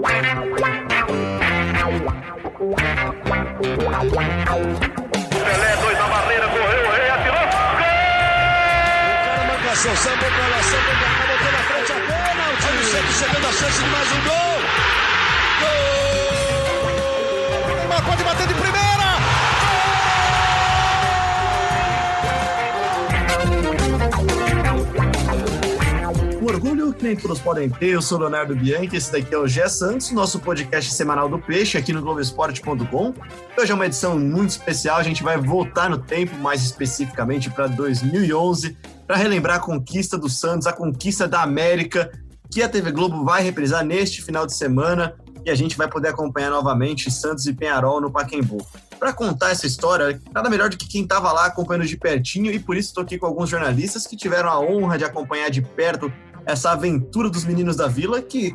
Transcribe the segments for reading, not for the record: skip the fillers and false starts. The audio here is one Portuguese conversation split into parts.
Pelé, 2 na barreira, correu, o rei atirou. Gol! O cara marcação, sambou pra lá, botou na frente a pênalti. Olha o Santos chegando a chance de mais um gol. Gol! O Neymar pode bater de primeira. Um orgulho que nem todos podem ter. Eu sou Leonardo Bianchi, esse daqui é o Gé Santos, nosso podcast semanal do Peixe aqui no Globoesporte.com. Hoje é uma edição muito especial, a gente vai voltar no tempo, mais especificamente para 2011, para relembrar a conquista do Santos, a conquista da América, que a TV Globo vai reprisar neste final de semana e a gente vai poder acompanhar novamente Santos e Peñarol no Pacaembu. Para contar essa história, nada melhor do que quem estava lá acompanhando de pertinho, e por isso estou aqui com alguns jornalistas que tiveram a honra de acompanhar de perto essa aventura dos meninos da Vila, que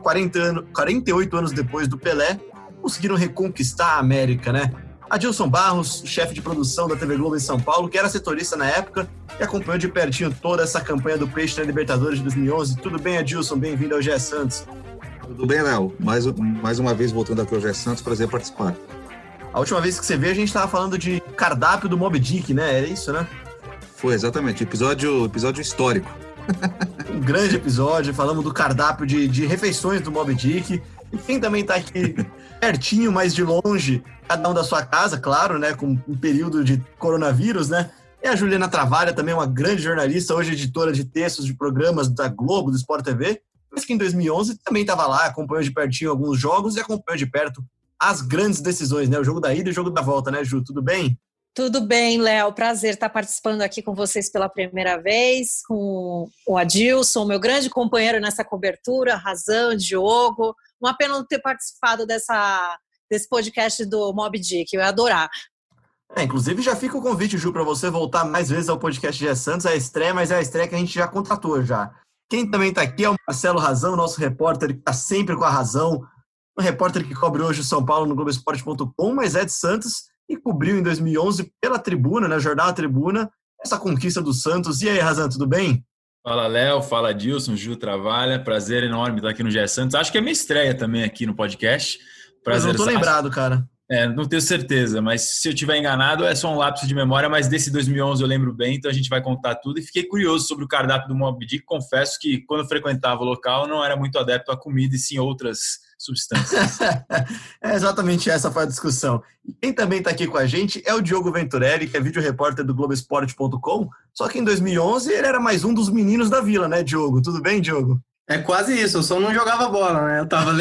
48 anos depois do Pelé, conseguiram reconquistar a América, né? Adilson Barros, chefe de produção da TV Globo em São Paulo, que era setorista na época e acompanhou de pertinho toda essa campanha do Peixe na Libertadores de 2011. Tudo bem, Adilson? Bem-vindo ao Gé Santos. Tudo bem, Léo? Mais uma vez voltando aqui ao Gé Santos, prazer participar. A última vez que você veio, a gente estava falando de cardápio do Moby Dick, né? Era isso, né? Foi, exatamente. Episódio histórico. Um grande episódio, falamos do cardápio de refeições do Moby Dick. E quem também está aqui pertinho, mas de longe, cada um da sua casa, claro, né? Com um período de coronavírus, né? É a Juliana Travalha, também uma grande jornalista, hoje editora de textos de programas da Globo, do Sport TV, mas que em 2011 também estava lá, acompanhou de pertinho alguns jogos e acompanhou de perto as grandes decisões, né? O jogo da ida e o jogo da volta, né, Ju? Tudo bem? Tudo bem, Léo. Prazer estar participando aqui com vocês pela primeira vez, com o Adilson, meu grande companheiro nessa cobertura, Razão, Diogo. Uma pena não ter participado desse podcast do Moby Dick, eu ia adorar. Inclusive já fica o convite, Ju, para você voltar mais vezes ao podcast Gé Santos, a estreia, mas é a estreia que a gente já contratou já. Quem também está aqui é o Marcelo Razão, nosso repórter que está sempre com a razão, um repórter que cobre hoje o São Paulo no Globoesporte.com, mas é de Santos e cobriu em 2011 pela Tribuna, né, Jornal Tribuna, essa conquista do Santos. E aí, Razão, tudo bem? Fala, Léo, fala, Adilson, Ju Travalha, prazer enorme estar aqui no Gé Santos. Acho que é minha estreia também aqui no podcast. Prazer. Eu não tô lembrado, cara. Não tenho certeza, mas se eu estiver enganado é só um lapso de memória, mas desse 2011 eu lembro bem, então a gente vai contar tudo. E fiquei curioso sobre o cardápio do Moby Dick. Confesso que quando eu frequentava o local não era muito adepto à comida e sim outras substâncias. Exatamente essa foi a discussão. E quem também está aqui com a gente é o Diogo Venturelli, que é vídeo repórter do Globoesporte.com, só que em 2011 ele era mais um dos meninos da Vila, né, Diogo? Tudo bem, Diogo? É quase isso, eu só não jogava bola, né? Eu tava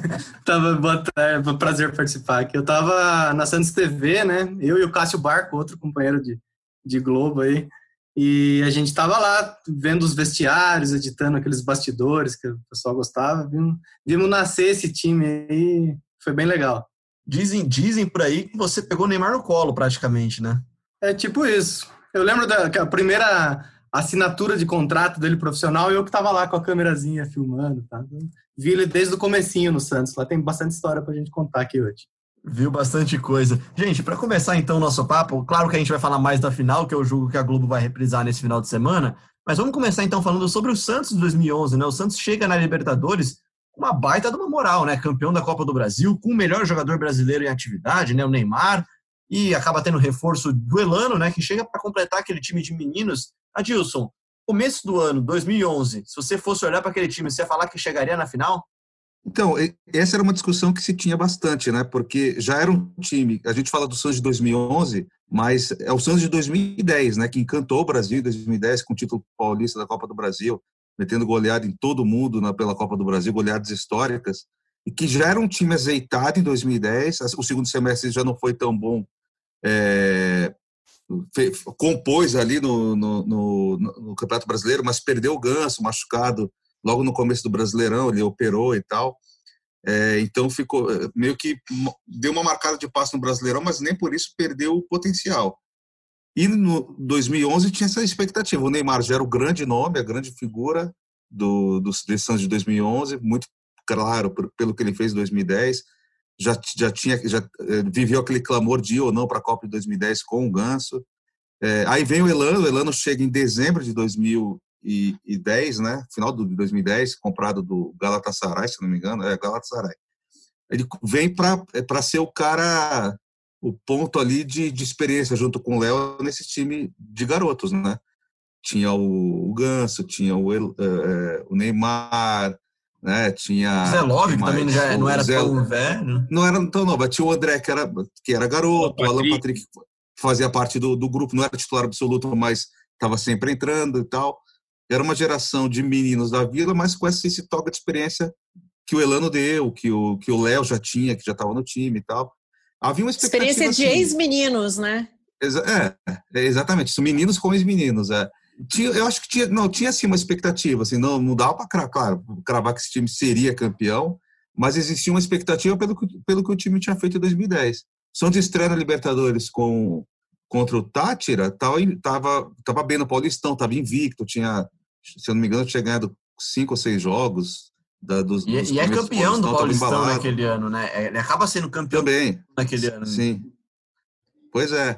boa tarde, prazer participar aqui. Eu tava na Santos TV, né? Eu e o Cássio Barco, outro companheiro de Globo aí. E a gente tava lá vendo os vestiários, editando aqueles bastidores que o pessoal gostava. Vimos nascer esse time aí, foi bem legal. Dizem por aí que você pegou o Neymar no colo praticamente, né? É tipo isso. Eu lembro que a primeira assinatura de contrato dele profissional, eu que tava lá com a câmerazinha filmando, tá? Vi ele desde o comecinho no Santos, lá tem bastante história pra gente contar aqui hoje. Viu bastante coisa. Gente, para começar então o nosso papo, claro que a gente vai falar mais da final, que eu julgo que a Globo vai reprisar nesse final de semana, mas vamos começar então falando sobre o Santos de 2011, né? O Santos chega na Libertadores com uma baita de uma moral, né? Campeão da Copa do Brasil, com o melhor jogador brasileiro em atividade, né? O Neymar, e acaba tendo reforço do Elano, né? Que chega para completar aquele time de meninos. Adilson, começo do ano, 2011, se você fosse olhar para aquele time, você ia falar que chegaria na final? Então, essa era uma discussão que se tinha bastante, né? Porque já era um time, a gente fala do Santos de 2011, mas é o Santos de 2010, né? Que encantou o Brasil em 2010 com o título paulista da Copa do Brasil, metendo goleada em todo mundo pela Copa do Brasil, goleadas históricas, e que já era um time azeitado em 2010, o segundo semestre já não foi tão bom, compôs ali no Campeonato Brasileiro, mas perdeu o Ganso, machucado, logo no começo do Brasileirão, ele operou e tal. Então ficou meio que deu uma marcada de passo no Brasileirão, mas nem por isso perdeu o potencial. E no 2011 tinha essa expectativa. O Neymar já era o grande nome, a grande figura do Santos de 2011, muito claro pelo que ele fez em 2010. Já viveu aquele clamor de ir ou não para a Copa de 2010 com o Ganso. Aí vem o Elano chega em dezembro de 2010, né? Final de 2010, comprado do Galatasaray, se não me engano, Galatasaray. ele vem para ser o cara, o ponto ali de experiência junto com o Léo nesse time de garotos, né? Tinha o Ganso, tinha o Neymar, né? Tinha o Zé Love, que também já não era tão velho. Não era tão novo. Tinha o André, que era garoto, o Alan Patrick fazia parte do grupo, não era titular absoluto, mas estava sempre entrando e tal. Era uma geração de meninos da Vila, mas com esse toque de experiência que o Elano deu, que o Léo já tinha, que já estava no time e tal. Havia uma expectativa... Experiência de ex-meninos, né? Exatamente. Isso, meninos com ex-meninos, eu acho que tinha assim uma expectativa, assim, não dava para cravar que esse time seria campeão, mas existia uma expectativa pelo que o time tinha feito em 2010. Santos estreia na Libertadores contra o Tátira, estava bem no Paulistão, estava invicto, tinha, se eu não me engano, tinha ganhado 5 ou 6 jogos. E é campeão do Paulistão naquele ano, né? Ele acaba sendo campeão também naquele ano. Sim. Pois é.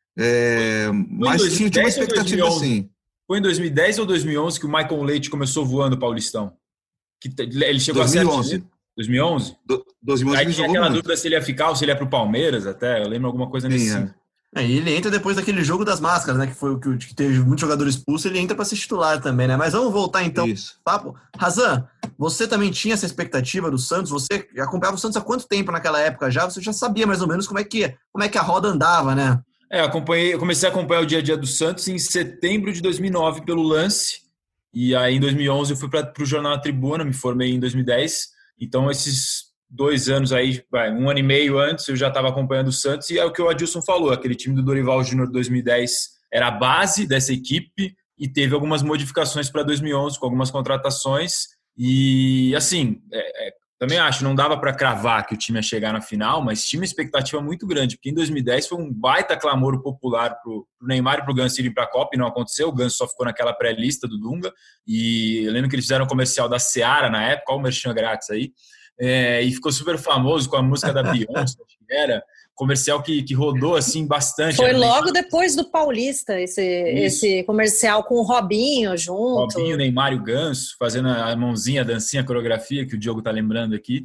Mas tinha uma expectativa assim. Foi em 2010 ou 2011 que o Michael Leite começou voando o Paulistão? Ele chegou 2011. a ser 2011? 2011 aí tinha aquela dúvida se ele ia ficar ou se ele ia para o Palmeiras até. Eu lembro alguma coisa nesse sentido. E ele entra depois daquele jogo das máscaras, né? Que foi o que teve muito jogador expulso, ele entra para ser titular também, né? Mas vamos voltar então. Isso. Papo. Razan, você também tinha essa expectativa do Santos? Você acompanhava o Santos há quanto tempo naquela época já? Você já sabia mais ou menos como é que a roda andava, né? Eu comecei a acompanhar o dia a dia do Santos em setembro de 2009 pelo Lance, e aí em 2011 eu fui para o Jornal A Tribuna, me formei em 2010, então esses 2 anos aí, 1 ano e meio antes, eu já estava acompanhando o Santos, e é o que o Adilson falou, aquele time do Dorival Júnior de 2010 era a base dessa equipe, e teve algumas modificações para 2011, com algumas contratações, e assim, também acho, não dava para cravar que o time ia chegar na final, mas tinha uma expectativa muito grande, porque em 2010 foi um baita clamor popular para o Neymar e para o Ganso irem para a Copa, e não aconteceu, o Ganso só ficou naquela pré-lista do Dunga, e eu lembro que eles fizeram um comercial da Seara na época, olha o merchan grátis aí, e ficou super famoso com a música da Beyoncé, que era comercial que rodou assim bastante. Foi logo depois do Paulista, esse comercial com o Robinho junto. Robinho, Neymar e o Ganso, fazendo a mãozinha, a dancinha, a coreografia, que o Diogo tá lembrando aqui.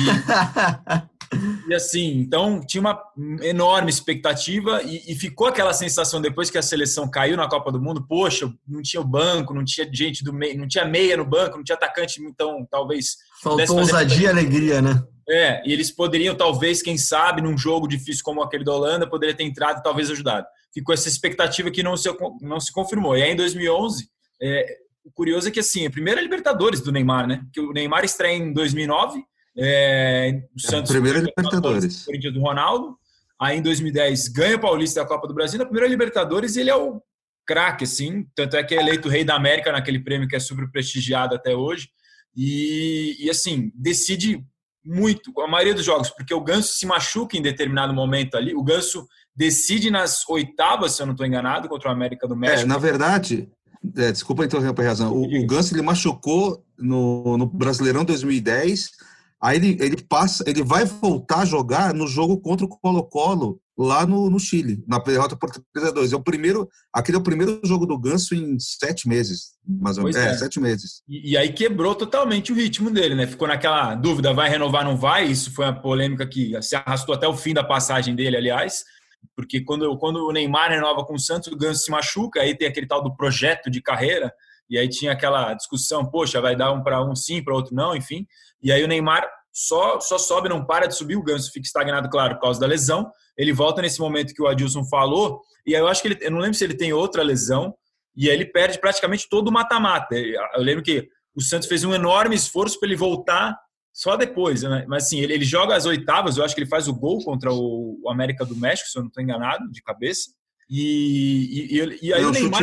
E assim, então tinha uma enorme expectativa e ficou aquela sensação depois que a seleção caiu na Copa do Mundo, poxa, não tinha o banco, não tinha gente do meio, não tinha meia no banco, não tinha atacante, então talvez... Faltou ousadia e alegria, né? E eles poderiam, talvez, quem sabe, num jogo difícil como aquele da Holanda, poderia ter entrado e talvez ajudado. Ficou essa expectativa que não se confirmou. E aí, em 2011, o curioso é que, assim, a primeira Libertadores do Neymar, né? Porque o Neymar estreia em 2009, o Santos... Primeira Libertadores. O Corinthians do Ronaldo. Aí, em 2010, ganha o Paulista e a Copa do Brasil. Na primeira Libertadores, ele é o craque, assim. Tanto é que é eleito Rei da América naquele prêmio que é super prestigiado até hoje. E assim, decide muito, a maioria dos jogos, porque o Ganso se machuca em determinado momento ali. O Ganso decide nas oitavas, se eu não estou enganado, contra o América do México. Na verdade, desculpa interromper a razão, o Ganso ele machucou no Brasileirão 2010, aí ele vai voltar a jogar no jogo contra o Colo-Colo, lá no Chile, na derrota por 3-2. Aquele é o primeiro jogo do Ganso em 7 meses, mais ou menos. 7 meses. E aí quebrou totalmente o ritmo dele, né? Ficou naquela dúvida, vai renovar, não vai? Isso foi uma polêmica que se arrastou até o fim da passagem dele, aliás, porque quando o Neymar renova com o Santos, o Ganso se machuca, aí tem aquele tal do projeto de carreira, e aí tinha aquela discussão, poxa, vai dar um para um sim, para outro não, enfim. E aí o Neymar só sobe, não para de subir, o Ganso fica estagnado, claro, por causa da lesão. Ele volta nesse momento que o Adilson falou, e aí eu acho que eu não lembro se ele tem outra lesão, e aí ele perde praticamente todo o mata-mata. Eu lembro que o Santos fez um enorme esforço para ele voltar só depois, né? Mas assim, ele joga as oitavas, eu acho que ele faz o gol contra o América do México, se eu não estou enganado, de cabeça, e aí o Neymar...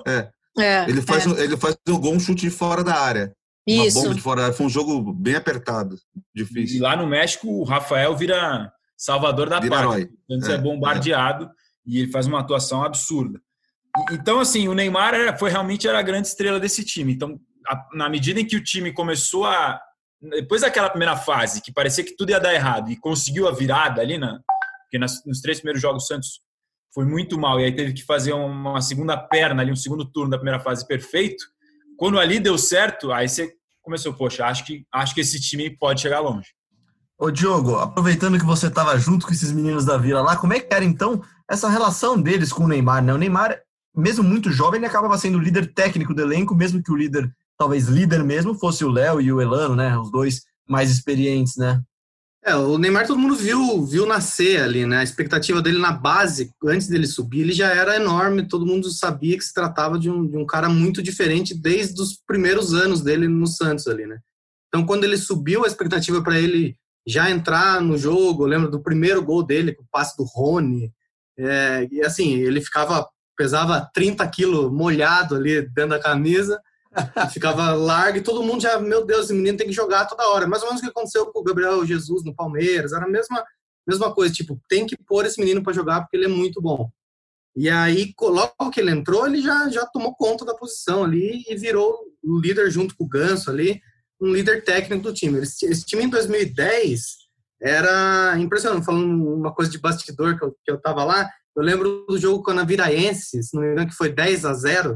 Ele faz um gol, um chute de fora da área. Isso. Uma bomba de fora da área. Foi um jogo bem apertado, difícil. E lá no México, o Rafael vira salvador da pátria. Santos é bombardeado e ele faz uma atuação absurda. Então, assim, o Neymar realmente era a grande estrela desse time. Então, na medida em que o time começou depois daquela primeira fase, que parecia que tudo ia dar errado, e conseguiu a virada ali, porque nos 3 primeiros jogos o Santos foi muito mal, e aí teve que fazer uma segunda perna ali, um segundo turno da primeira fase perfeito. Quando ali deu certo, aí você começou, poxa, acho que esse time pode chegar longe. Ô Diogo, aproveitando que você estava junto com esses meninos da Vila lá, como é que era então essa relação deles com o Neymar, né? O Neymar, mesmo muito jovem, ele acabava sendo o líder técnico do elenco, mesmo que o líder, talvez líder mesmo, fosse o Léo e o Elano, né? Os dois mais experientes, né? O Neymar todo mundo viu nascer ali, né? A expectativa dele na base, antes dele subir, ele já era enorme, todo mundo sabia que se tratava de um cara muito diferente desde os primeiros anos dele no Santos ali, né? Então, quando ele subiu, a expectativa para ele já entrar no jogo, eu lembro do primeiro gol dele, com o passe do Rony, e assim, ele pesava 30 quilos molhado ali dentro da camisa, ficava largo e todo mundo já, meu Deus, esse menino tem que jogar toda hora. Mais ou menos o que aconteceu com o Gabriel Jesus no Palmeiras, era a mesma coisa, tipo, tem que pôr esse menino para jogar porque ele é muito bom. E aí, logo que ele entrou, ele já tomou conta da posição ali e virou o líder junto com o Ganso ali, um líder técnico do time. Esse time em 2010 era impressionante. Falando uma coisa de bastidor que eu tava lá, eu lembro do jogo com a Naviraense, se não me engano, que foi 10-0,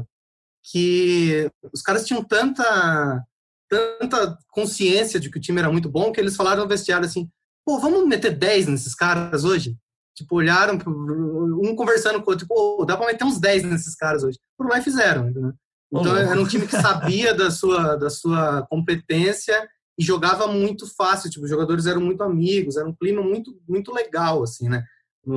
que os caras tinham tanta consciência de que o time era muito bom, que eles falaram no vestiário assim, pô, vamos meter 10 nesses caras hoje? Tipo, olharam, um conversando com o outro, pô, dá pra meter uns 10 nesses caras hoje. Por lá e fizeram, entendeu? Então era um time que sabia da sua competência e jogava muito fácil, tipo, os jogadores eram muito amigos, era um clima muito, muito legal, assim, né?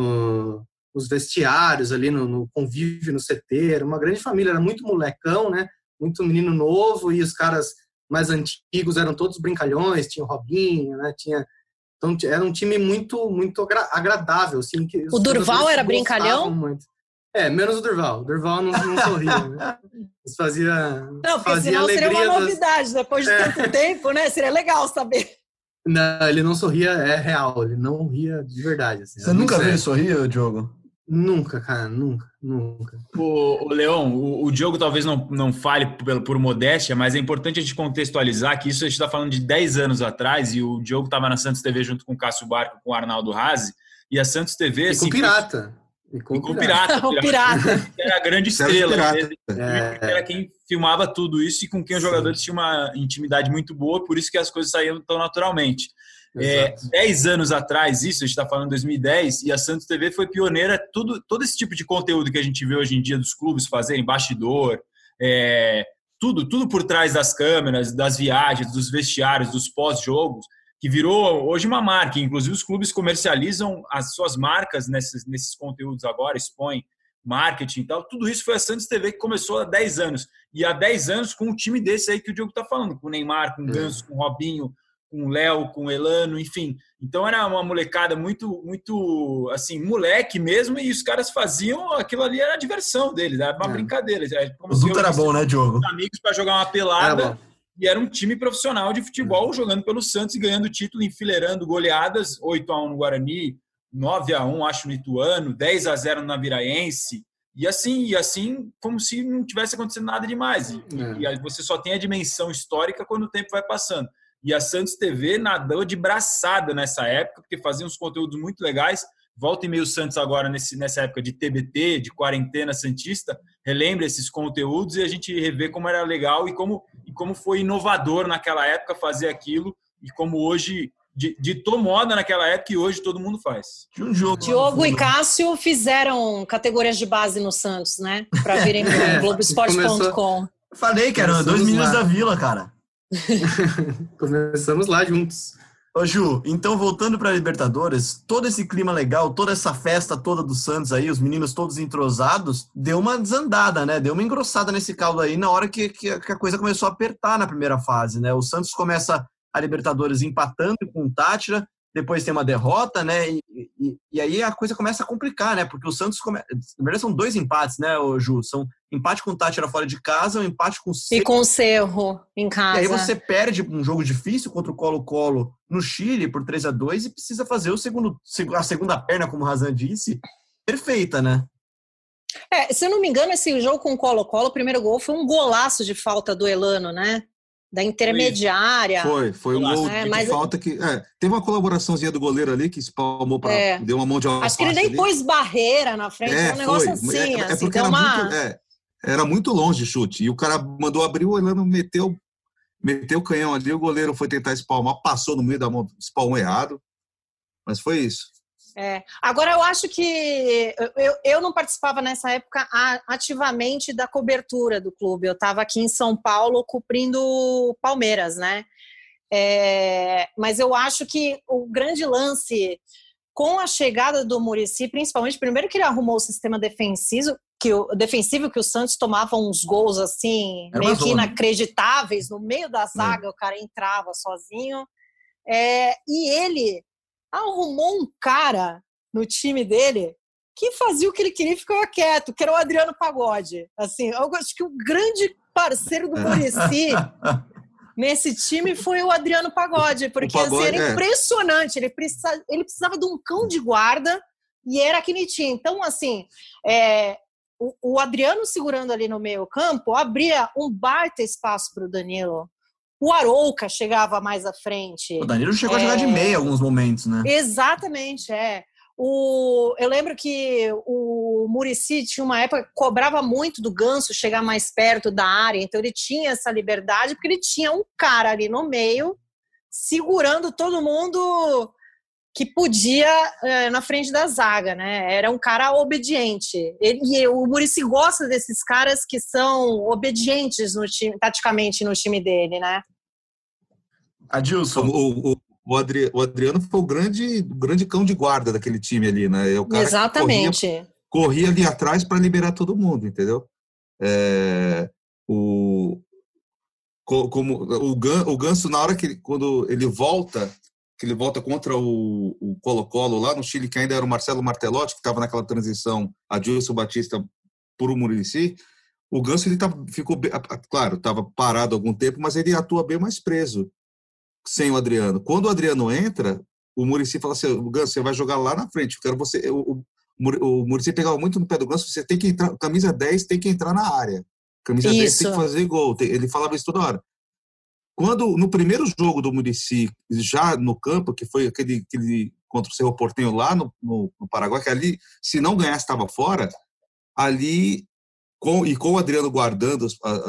Nos vestiários ali, no convívio no CT, era uma grande família, era muito molecão, né? Muito menino novo, e os caras mais antigos eram todos brincalhões, tinha o Robinho, né? Então era um time muito, muito agradável, assim. Que o Durval era brincalhão? Muito. Menos o Durval. O Durval não sorria, né? Isso fazia porque senão seria uma novidade, depois de tanto tempo, né? Seria legal saber. Não, ele não sorria, é real, ele não ria de verdade. Assim, você nunca viu ele sorrir, Diogo? Nunca, cara, nunca. O Leão, o Diogo talvez não fale por modéstia, mas é importante a gente contextualizar que isso a gente está falando de 10 anos atrás, e o Diogo estava na Santos TV junto com o Cássio Barco, com o Arnaldo Razzi, e a Santos TV... E com o Pirata. O Pirata. Era a grande estrela. Era quem filmava tudo isso e com quem os jogadores tinham uma intimidade muito boa, por isso que as coisas saíam tão naturalmente. 10 anos atrás, isso, a gente está falando em 2010, e a Santos TV foi pioneira, todo esse tipo de conteúdo que a gente vê hoje em dia dos clubes fazerem, bastidor, tudo por trás das câmeras, das viagens, dos vestiários, dos pós-jogos, que virou hoje uma marca. Inclusive os clubes comercializam as suas marcas nesses conteúdos agora, expõem marketing e tal. Tudo isso foi a Santos TV que começou há 10 anos. E há 10 anos com um time desse aí que o Diogo está falando, com o Neymar, com o Ganso, com o Robinho, com o Léo, com o Elano, enfim. Então era uma molecada muito, muito, assim, moleque mesmo, e os caras faziam, aquilo ali era a diversão deles, era uma brincadeira. O Duto era bom, né, Diogo? Amigos para jogar uma pelada. E era um time profissional de futebol jogando pelo Santos e ganhando título, enfileirando goleadas, 8-1 no Guarani, 9-1, acho, no Ituano, 10-0 no Naviraense. E assim, como se não tivesse acontecido nada demais. E aí você só tem a dimensão histórica quando o tempo vai passando. E a Santos TV nadou de braçada nessa época, porque fazia uns conteúdos muito legais. Volta e meio o Santos agora, nessa época de TBT, de quarentena santista, relembra esses conteúdos e a gente revê como era legal e como foi inovador naquela época fazer aquilo, e como hoje ditou moda naquela época e hoje todo mundo faz. Diogo e Cássio fizeram categorias de base no Santos, né? Para virem no Globoesporte.com. Falei que eram 2 meninos da Vila, cara. Começamos lá juntos. Ô Ju, então voltando para a Libertadores, todo esse clima legal, toda essa festa toda do Santos aí, os meninos todos entrosados, deu uma desandada, né? Deu uma engrossada nesse caldo aí na hora que a coisa começou a apertar na primeira fase, né? O Santos começa a Libertadores empatando com o Táchira, depois tem uma derrota, né? E aí a coisa começa a complicar, né? Porque o Santos na verdade são 2 empates, né, Ju? São empate com o Táchira fora de casa, um empate com o Cerro. E com o Cerro em casa. E aí você perde um jogo difícil contra o Colo-Colo no Chile por 3-2 e precisa fazer a segunda perna, como o Razan disse, perfeita, né? Se eu não me engano, esse jogo com o Colo-Colo, o primeiro gol foi um golaço de falta do Elano, né? Da intermediária. Foi um gol de falta que... teve uma colaboraçãozinha do goleiro ali que espalmou para... Deu uma mão de alface. Acho que ele nem pôs barreira na frente, um negócio assim. Porque era muito longe o chute. E o cara mandou abrir, o Elano meteu meteu o canhão ali, o goleiro foi tentar espalmar, passou no meio da mão, espalmou errado, mas foi isso. Agora, eu acho que eu não participava nessa época ativamente da cobertura do clube. Eu estava aqui em São Paulo cobrindo o Palmeiras, né? Mas eu acho que o grande lance com a chegada do Muricy, principalmente, primeiro que ele arrumou o sistema defensivo, que o Santos tomava uns gols assim, meio que inacreditáveis, no meio da zaga, o cara entrava sozinho. E ele arrumou um cara no time dele que fazia o que ele queria e ficava quieto, que era o Adriano Pagode. Assim, eu acho que o grande parceiro do Muricy nesse time foi o Adriano Pagode, porque Pagode, assim, era impressionante. Ele precisava de um cão de guarda e era aquele time. Então, assim, o Adriano segurando ali no meio campo abria um baita espaço para o Danilo. O Arouca chegava mais à frente. O Danilo chegou a jogar de meia em alguns momentos, né? Exatamente, eu lembro que o Muricy tinha uma época que cobrava muito do Ganso chegar mais perto da área, então ele tinha essa liberdade, porque ele tinha um cara ali no meio segurando todo mundo que podia na frente da zaga, né? Era um cara obediente. O Muricy gosta desses caras que são obedientes no time, taticamente no time dele, né? Adilson. O Adriano foi o grande cão de guarda daquele time ali, né? O cara exatamente. Corria ali atrás para liberar todo mundo, entendeu? O Ganso, na hora quando ele volta contra o Colo-Colo lá no Chile, que ainda era o Marcelo Martelotti, que estava naquela transição Adilson Batista por o Muricy, o Ganso ficou, claro, estava parado há algum tempo, mas ele atua bem mais preso sem o Adriano. Quando o Adriano entra, o Muricy fala assim: Ganso, você vai jogar lá na frente, eu quero você. O Muricy pegava muito no pé do Ganso: você tem que entrar, camisa 10 tem que entrar na área, camisa 10 tem que fazer gol. Ele falava isso toda hora. No primeiro jogo do Muricy, já no campo, que foi aquele contra o Cerro Porteño lá no Paraguai, que ali, se não ganhasse, estava fora, ali, com o Adriano guardando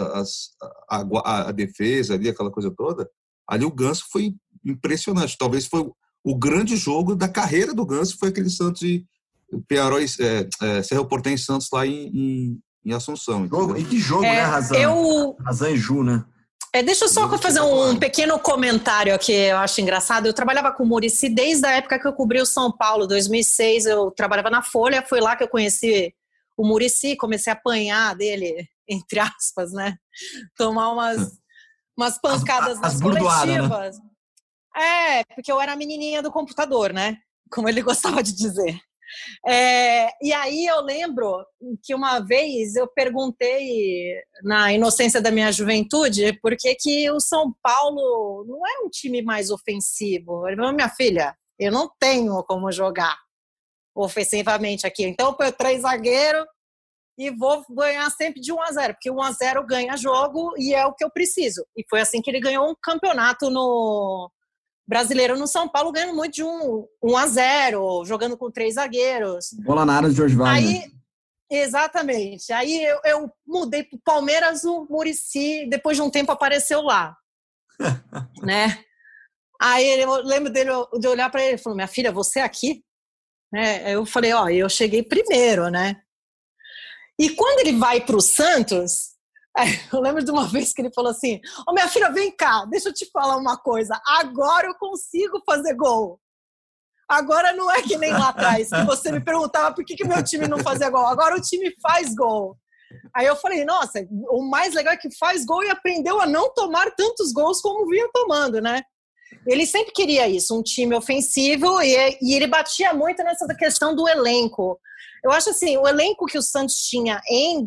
a defesa, ali, aquela coisa toda, ali o Ganso foi impressionante. Talvez foi o grande jogo da carreira do Ganso, foi aquele Santos e Peñarol, Cerro Porteño e Santos lá em Assunção. E que jogo, né, Razan? Razan e Ju, né? Deixa eu só fazer um pequeno comentário aqui, eu acho engraçado. Eu trabalhava com o Muricy desde a época que eu cobri o São Paulo, 2006. Eu trabalhava na Folha, foi lá que eu conheci o Muricy, comecei a apanhar dele, entre aspas, né? Tomar umas pancadas nas coletivas. Né? Porque eu era a menininha do computador, né? Como ele gostava de dizer. E aí eu lembro que uma vez eu perguntei, na inocência da minha juventude, por que o São Paulo não é um time mais ofensivo. Ele falou: minha filha, eu não tenho como jogar ofensivamente aqui, então eu ponho 3 zagueiros e vou ganhar sempre de 1-0, porque 1-0 ganha jogo e é o que eu preciso. E foi assim que ele ganhou um campeonato no Brasileiro no São Paulo, ganhando muito de 1-0, jogando com 3 zagueiros. Bola na área do Jorge Wagner. Exatamente. Aí eu mudei para o Palmeiras, o Muricy, depois de um tempo, apareceu lá. Né? Aí eu lembro dele, de olhar para ele, ele falou: minha filha, você aqui? Né? Eu falei: eu cheguei primeiro, né? E quando ele vai para o Santos... Eu lembro de uma vez que ele falou assim: minha filha, vem cá, deixa eu te falar uma coisa. Agora eu consigo fazer gol. Agora não é que nem lá atrás, que você me perguntava por que meu time não fazia gol. Agora o time faz gol. Aí eu falei: nossa, o mais legal é que faz gol e aprendeu a não tomar tantos gols como vinha tomando, né? Ele sempre queria isso, um time ofensivo, e ele batia muito nessa questão do elenco. Eu acho assim, o elenco que o Santos tinha em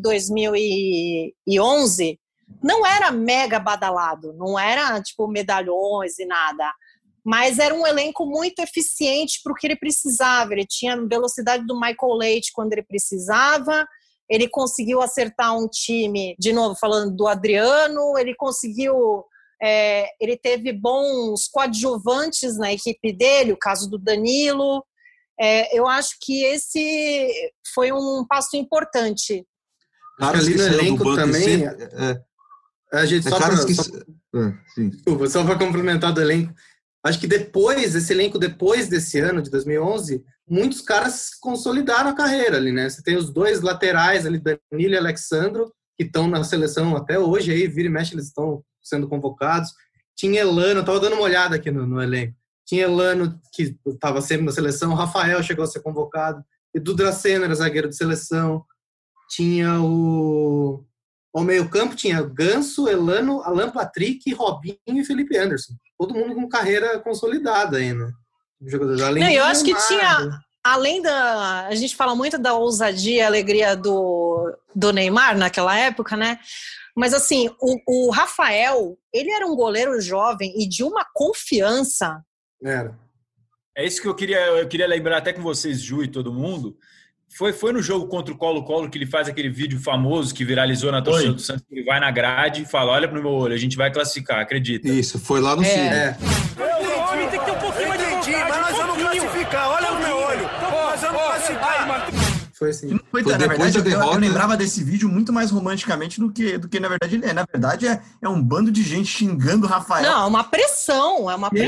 2011 não era mega badalado, não era tipo medalhões e nada, mas era um elenco muito eficiente para o que ele precisava. Ele tinha a velocidade do Michael Leite quando ele precisava, ele conseguiu acertar um time, de novo falando do Adriano, ele conseguiu... ele teve bons coadjuvantes na equipe dele, o caso do Danilo. Eu acho que esse foi um passo importante. Ali no elenco também... A gente Sim. Desculpa, só para complementar do elenco. Acho que esse elenco depois desse ano, de 2011, muitos caras consolidaram a carreira ali, né? Você tem os dois laterais ali, Danilo e Alexandro, que estão na seleção até hoje, aí vira e mexe eles estão sendo convocados. Tinha Elano, eu tava dando uma olhada aqui no elenco. Tinha Elano, que estava sempre na seleção, o Rafael chegou a ser convocado, Edu Dracena era zagueiro de seleção, tinha o meio-campo, tinha Ganso, Elano, Alan Patrick, Robinho e Felipe Anderson. Todo mundo com carreira consolidada ainda. Eu acho que tinha, além da... A gente fala muito da ousadia e alegria do Neymar naquela época, né? Mas assim, o Rafael, ele era um goleiro jovem e de uma confiança. Era. É isso que eu queria lembrar até com vocês, Ju e todo mundo. Foi no jogo contra o Colo-Colo que ele faz aquele vídeo famoso que viralizou na torcida do Santos, que ele vai na grade e fala, olha pro meu olho, a gente vai classificar, acredita. Isso, foi lá no Chile. Meu olho tem que ter um pouquinho mais de vontade. Mas nós vamos classificar, olha no meu olho. Nós vamos classificar. Foi assim. Na verdade, eu lembrava desse vídeo muito mais romanticamente do que na verdade ele é. Na verdade, é um bando de gente xingando o Rafael. Não, é uma pressão.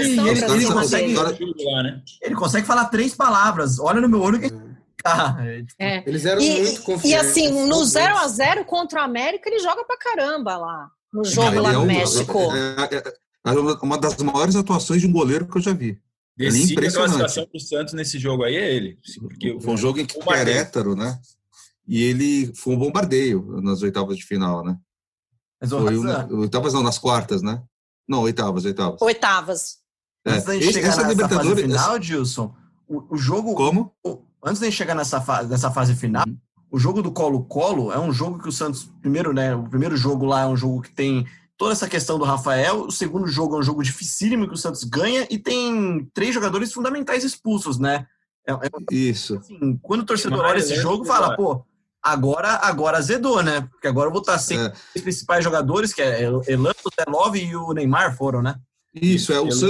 Ele consegue falar 3 palavras. Olha no meu olho que... Eles eram muito confiantes. E assim, no 0-0 contra o América, ele joga pra caramba lá, no jogo lá no México. É uma das maiores atuações de um goleiro que eu já vi. Decide a classificação pro Santos nesse jogo aí é ele. Porque foi um jogo em Querétaro, né? E ele foi um bombardeio nas oitavas de final, né? Oitavas não, nas quartas, né? Não, oitavas. Antes da gente chegar nessa fase final, Gilson, o jogo... Como? Antes de chegar nessa fase final, o jogo do Colo-Colo é um jogo que o Santos, primeiro, né? O primeiro jogo lá é um jogo que tem toda essa questão do Rafael. O segundo jogo é um jogo dificílimo que o Santos ganha e tem 3 jogadores fundamentais expulsos, né? Isso. Assim, quando o torcedor olha esse jogo, fala, pô, agora azedou, né? Porque agora eu vou estar sem os principais jogadores, que é Elano, o Zé Love e o Neymar foram, né? Isso,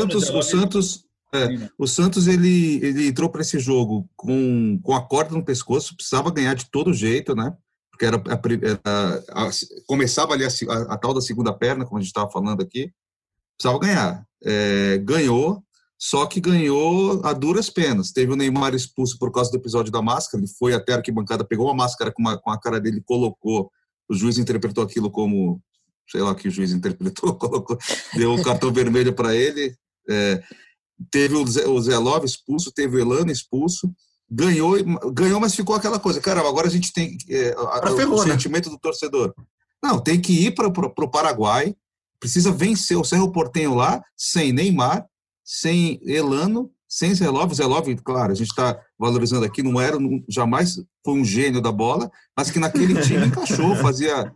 o Santos ele entrou para esse jogo com a corda no pescoço, precisava ganhar de todo jeito, né? Porque começava ali a tal da segunda perna, como a gente estava falando aqui, precisava ganhar. Ganhou, só que ganhou a duras penas. Teve o Neymar expulso por causa do episódio da máscara, ele foi até a arquibancada, pegou uma máscara com a cara dele, colocou, o juiz interpretou aquilo como, sei lá o que o juiz interpretou, deu um cartão vermelho para ele. Teve o Zé Love expulso, teve o Elano expulso, ganhou, mas ficou aquela coisa, cara, agora a gente tem o sentimento do torcedor. Não, tem que ir para o Paraguai, precisa vencer o Cerro Porteño lá, sem Neymar, sem Elano, sem Zé Love, claro, a gente está valorizando aqui, jamais foi um gênio da bola, mas que naquele time encaixou, fazia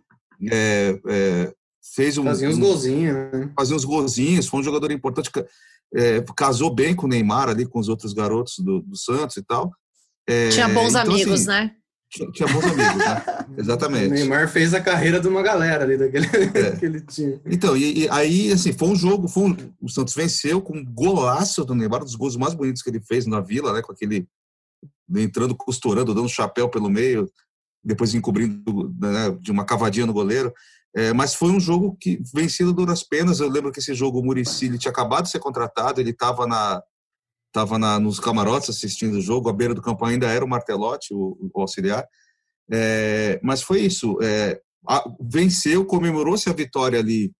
uns golzinhos, né? Fazia uns golzinhos, foi um jogador importante, casou bem com o Neymar ali, com os outros garotos do Santos e tal. Tinha bons amigos, assim, né? Tinha bons amigos, né? Exatamente. O Neymar fez a carreira de uma galera ali daquele time. Então, e aí, assim, foi um jogo, o Santos venceu com um golaço do Neymar, um dos gols mais bonitos que ele fez na Vila, né? Com aquele, entrando, costurando, dando um chapéu pelo meio, depois encobrindo, né, de uma cavadinha no goleiro. Mas foi um jogo que vencido duras penas. Eu lembro que esse jogo o Muricy tinha acabado de ser contratado, ele estava nos camarotes assistindo o jogo, à beira do campo ainda era o Martelotti, o auxiliar. Mas foi isso. Venceu, comemorou-se a vitória ali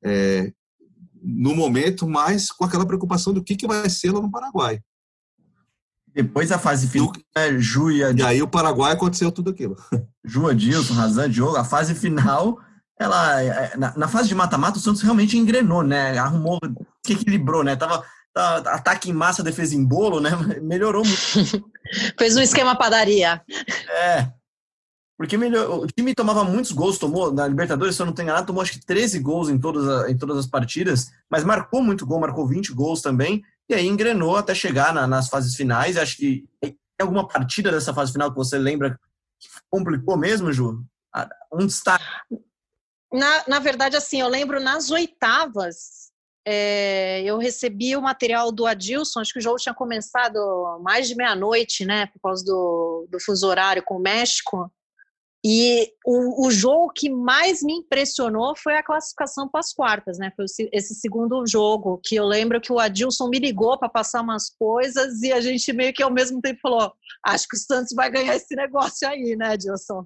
no momento, mas com aquela preocupação do que vai ser lá no Paraguai. Depois a fase final, Ju e aí o Paraguai aconteceu tudo aquilo. Ju, Adilson, Razan, Diogo, a fase final, ela, na fase de mata-mata, o Santos realmente engrenou, né? Arrumou, que equilibrou, né? Tava ataque em massa, defesa em bolo, né? Melhorou muito. Fez um esquema padaria. Porque o time tomava muitos gols, tomou, na Libertadores, se eu não tenho enganado, tomou acho que 13 gols em todas as partidas, mas marcou muito gol, marcou 20 gols também, e aí engrenou até chegar nas fases finais. Acho que tem alguma partida dessa fase final que você lembra que complicou mesmo, Ju? Um destaque. Na verdade, assim, eu lembro nas oitavas, eu recebi o material do Adilson, acho que o jogo tinha começado mais de meia-noite, né, por causa do fuso horário com o México. E o jogo que mais me impressionou foi a classificação para as quartas, né? Foi esse segundo jogo, que eu lembro que o Adilson me ligou para passar umas coisas e a gente meio que ao mesmo tempo falou, acho que o Santos vai ganhar esse negócio aí, né, Adilson?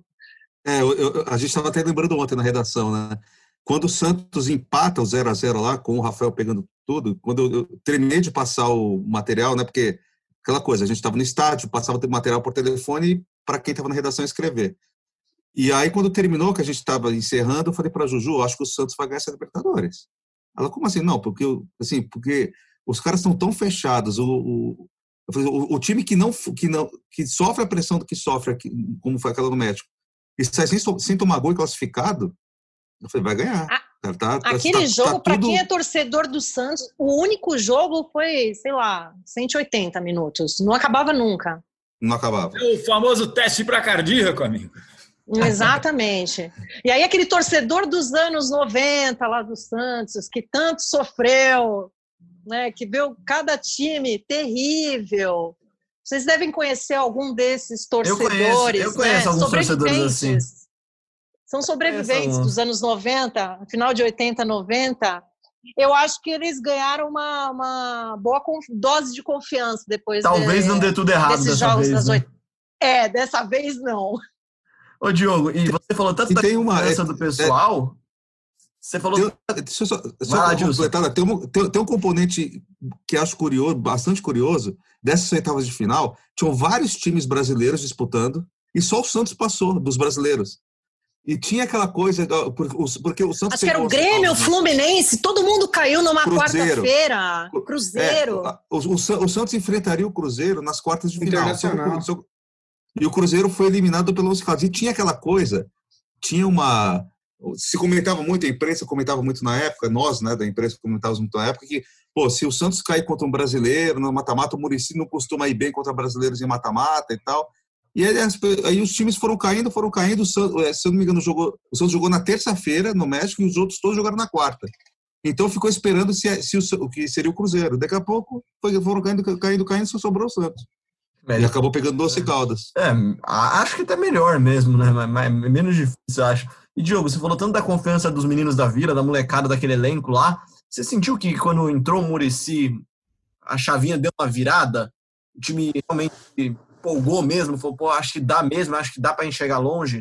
A gente estava até lembrando ontem na redação, né? Quando o Santos empata o 0-0 lá, com o Rafael pegando tudo, quando eu terminei de passar o material, né? Porque aquela coisa, a gente estava no estádio, passava o material por telefone para quem estava na redação escrever. E aí, quando terminou, que a gente estava encerrando, eu falei para a Juju, acho que o Santos vai ganhar essa Libertadores. Ela, como assim? Não, porque os caras estão tão fechados. O time que sofre a pressão do que sofre, aqui, como foi aquela no México, e sai sem tomar gol e classificado, eu falei, vai ganhar. Aquele jogo, para quem é torcedor do Santos, o único jogo foi, sei lá, 180 minutos. Não acabava nunca. Não acabava. É o famoso teste para cardíaco, amigo. Exatamente. E aí aquele torcedor dos anos 90 lá do Santos, que tanto sofreu, né, que viu cada time terrível. Vocês devem conhecer algum desses torcedores. Eu conheço alguns torcedores assim. São sobreviventes dos anos 90, final de 80, 90. Eu acho que eles ganharam uma boa dose de confiança depois. Talvez não dê tudo errado dessa vez. Né? Dessa vez não. Ô, Diogo, e você falou tanto da confiança do pessoal. Você falou. Deixa eu só completar. Tem um componente que acho curioso, bastante curioso, dessas oitavas de final. Tinham vários times brasileiros disputando e só o Santos passou dos brasileiros. E tinha aquela coisa, porque o Santos... Acho que era o Grêmio, o Fluminense, todo mundo caiu numa quarta-feira. Cruzeiro. O Santos enfrentaria o Cruzeiro nas quartas de final. Internacional. E o Cruzeiro foi eliminado pelo 11 Caldas. E tinha aquela coisa, se comentava muito, a imprensa comentava muito na época, nós, né, da imprensa comentávamos muito na época, que, se o Santos cair contra um brasileiro no mata-mata, o Muricy não costuma ir bem contra brasileiros em mata-mata e tal. E aí os times foram caindo, se eu não me engano, o Santos jogou na terça-feira no México e os outros todos jogaram na quarta. Então ficou esperando o que seria o Cruzeiro. Daqui a pouco foram caindo, só sobrou o Santos. E acabou pegando 12 Caldas. Acho que até melhor mesmo, né? Mas menos difícil, acho. E, Diogo, você falou tanto da confiança dos meninos da Vila, da molecada daquele elenco lá. Você sentiu que quando entrou o Muricy, a chavinha deu uma virada? O time realmente empolgou mesmo? Falou, acho que dá mesmo, acho que dá para enxergar longe?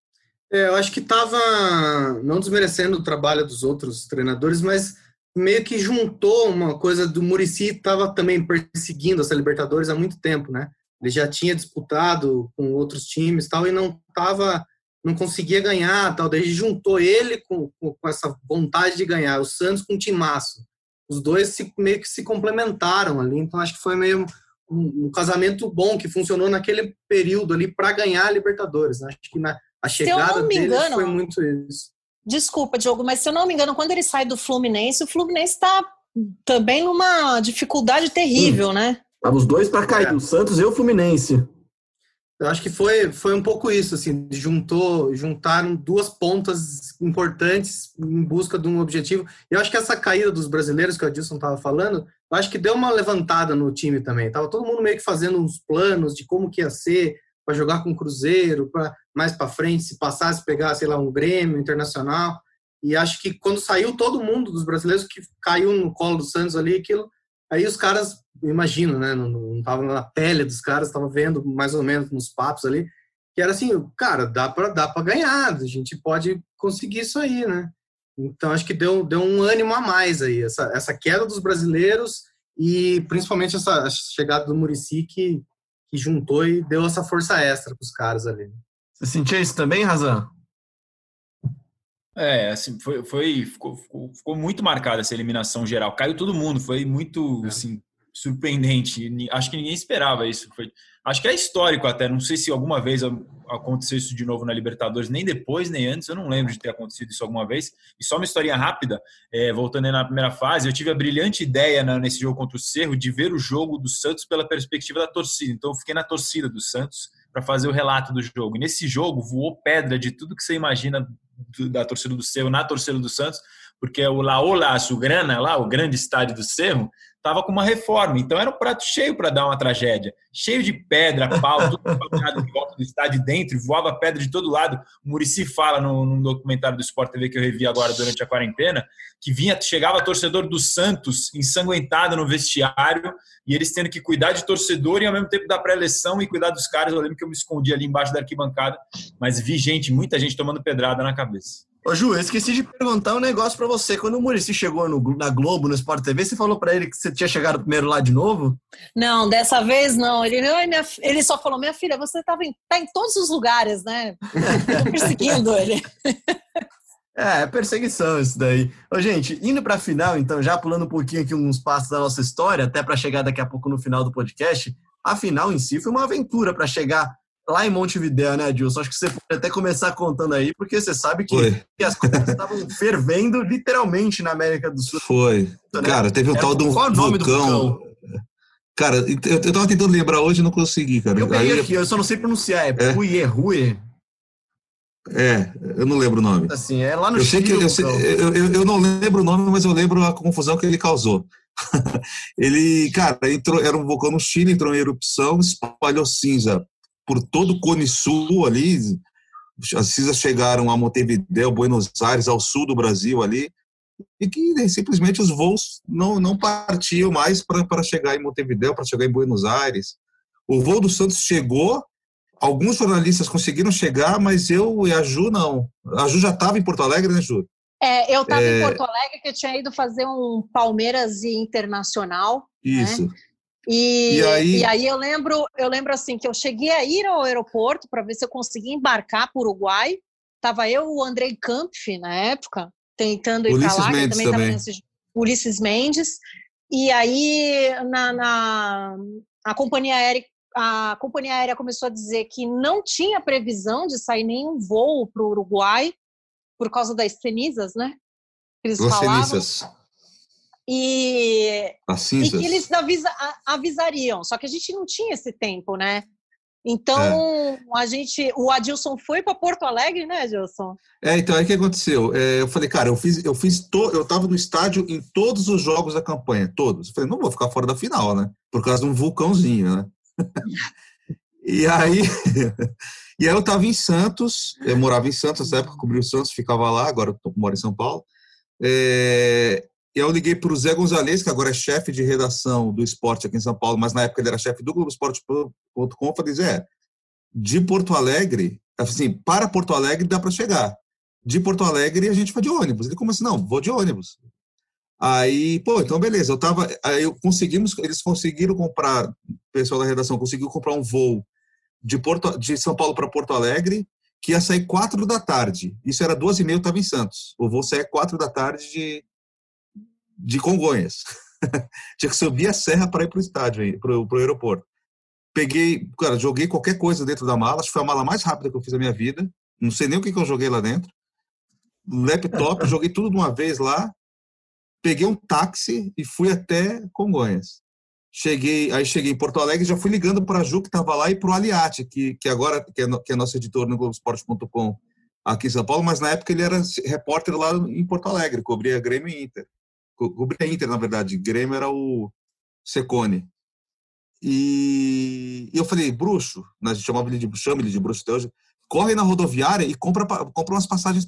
Eu acho que estava, não desmerecendo o trabalho dos outros treinadores, mas meio que juntou uma coisa do Muricy, estava também perseguindo essa Libertadores há muito tempo, né? Ele já tinha disputado com outros times tal, e não conseguia ganhar, tal. Daí juntou ele com essa vontade de ganhar, o Santos com um timaço. Os dois meio que se complementaram ali, então acho que foi meio um casamento bom que funcionou naquele período ali para ganhar a Libertadores, né? Acho que a chegada dele foi muito isso. Desculpa, Diogo, mas se eu não me engano, quando ele sai do Fluminense, o Fluminense está também numa dificuldade terrível, né? Os dois para cair, o Santos e o Fluminense. Eu acho que foi um pouco isso, assim, juntaram duas pontas importantes em busca de um objetivo. E eu acho que essa caída dos brasileiros que o Adilson estava falando, eu acho que deu uma levantada no time também. Tava todo mundo meio que fazendo uns planos de como que ia ser para jogar com o Cruzeiro, para mais para frente, se passasse, pegar, sei lá, um Grêmio, Internacional. E acho que quando saiu todo mundo dos brasileiros que caiu no colo do Santos ali, aí os caras, imagino, né, não tava na pele dos caras, tava vendo mais ou menos nos papos ali, que era assim, cara, dá para ganhar, a gente pode conseguir isso aí, né? Então acho que deu um ânimo a mais aí, essa queda dos brasileiros e principalmente essa chegada do Muricy que juntou e deu essa força extra para os caras ali. Você sentia isso também, Razan? Assim, ficou muito marcada essa eliminação geral. Caiu todo mundo, foi muito assim, surpreendente. Acho que ninguém esperava isso. Acho que é histórico até. Não sei se alguma vez aconteceu isso de novo na Libertadores, nem depois, nem antes. Eu não lembro de ter acontecido isso alguma vez. E só uma historinha rápida, voltando aí na primeira fase, eu tive a brilhante ideia nesse jogo contra o Cerro de ver o jogo do Santos pela perspectiva da torcida. Então eu fiquei na torcida do Santos para fazer o relato do jogo. E nesse jogo voou pedra de tudo que você imagina da torcida do Cerro na torcida do Santos, porque o La Ola Azulgrana, lá, o grande estádio do Cerro, estava com uma reforma. Então era um prato cheio para dar uma tragédia. Cheio de pedra, pau, tudo apagado em volta do estádio dentro, voava pedra de todo lado. O Muricy fala num documentário do Sport TV que eu revi agora durante a quarentena, que chegava torcedor do Santos ensanguentado no vestiário e eles tendo que cuidar de torcedor e ao mesmo tempo da pré-eleição e cuidar dos caras. Eu lembro que eu me escondi ali embaixo da arquibancada, mas vi muita gente tomando pedrada na cabeça. Ô Ju, eu esqueci de perguntar um negócio pra você. Quando o Muricy chegou na Globo, no Sport TV, você falou pra ele que você tinha chegado primeiro lá de novo? Não, dessa vez não. Ele só falou, minha filha, você tá em todos os lugares, né? Tô perseguindo ele. É perseguição isso daí. Ô, gente, indo pra final, então, já pulando um pouquinho aqui uns passos da nossa história, até pra chegar daqui a pouco no final do podcast, a final em si foi uma aventura pra chegar lá em Montevidéu, né, Adilson? Acho que você pode até começar contando aí, porque você sabe que as coisas estavam fervendo literalmente na América do Sul. Foi. Né? Cara, teve um tal de um vulcão. Qual é o nome do vulcão? Cara, eu tava tentando lembrar hoje e não consegui, cara. Eu peguei aqui, eu só não sei pronunciar. É Puyehue? Eu não lembro o nome. Assim, é lá no eu Chile. Eu não lembro o nome, mas eu lembro a confusão que ele causou. Ele, cara, era um vulcão no Chile, entrou em erupção, espalhou cinza por todo o Cone Sul ali. As cinzas chegaram a Montevidéu, Buenos Aires, ao sul do Brasil ali, e que simplesmente os voos não partiam mais para chegar em Montevidéu, para chegar em Buenos Aires. O voo do Santos chegou, alguns jornalistas conseguiram chegar, mas eu e a Ju não. A Ju já estava em Porto Alegre, né, Ju? Eu estava em Porto Alegre, que eu tinha ido fazer um Palmeiras e Internacional. Isso. Né? E aí eu lembro assim, que eu cheguei a ir ao aeroporto para ver se eu conseguia embarcar para o Uruguai. Tava eu e o Andrei Kampf, na época, tentando ir para lá. Mendes também. Ulisses Mendes. E aí a companhia aérea começou a dizer que não tinha previsão de sair nenhum voo para o Uruguai por causa das cenizas, né? Eles falavam. Cenizas. E que eles avisariam, só que a gente não tinha esse tempo, né? Então o Adilson foi para Porto Alegre, né, Adilson? Então aí o que aconteceu? Eu falei, cara, eu tava no estádio em todos os jogos da campanha, todos. Eu falei, não vou ficar fora da final, né? Por causa de um vulcãozinho, né? E aí eu tava em Santos, eu morava em Santos nessa época, cobri o Santos, ficava lá, agora eu moro em São Paulo. E eu liguei para o Zé Gonzalez, que agora é chefe de redação do esporte aqui em São Paulo, mas na época ele era chefe do Globoesporte.com. Falei, Zé, de Porto Alegre, assim, para Porto Alegre dá para chegar. De Porto Alegre a gente vai de ônibus. Ele, como assim? Não, vou de ônibus. Aí, então beleza. Eles conseguiram comprar, o pessoal da redação conseguiu comprar um voo de São Paulo para Porto Alegre, que ia sair 4 da tarde. Isso era 2h30, eu estava em Santos. O voo saía 4 da tarde de Congonhas. Tinha que subir a serra para ir para o estádio, para o aeroporto. Joguei qualquer coisa dentro da mala, acho que foi a mala mais rápida que eu fiz na minha vida, não sei nem o que eu joguei lá dentro. Laptop, joguei tudo de uma vez lá, peguei um táxi e fui até Congonhas. Cheguei em Porto Alegre, já fui ligando para a Ju, que estava lá, e para o Aliati, que agora que é nosso editor no Globoesporte.com aqui em São Paulo, mas na época ele era repórter lá em Porto Alegre, cobria Grêmio e Inter. Cobria Inter, na verdade. Grêmio era o Secone. E eu falei, bruxo, a gente chama ele de bruxo até hoje, corre na rodoviária e compra umas passagens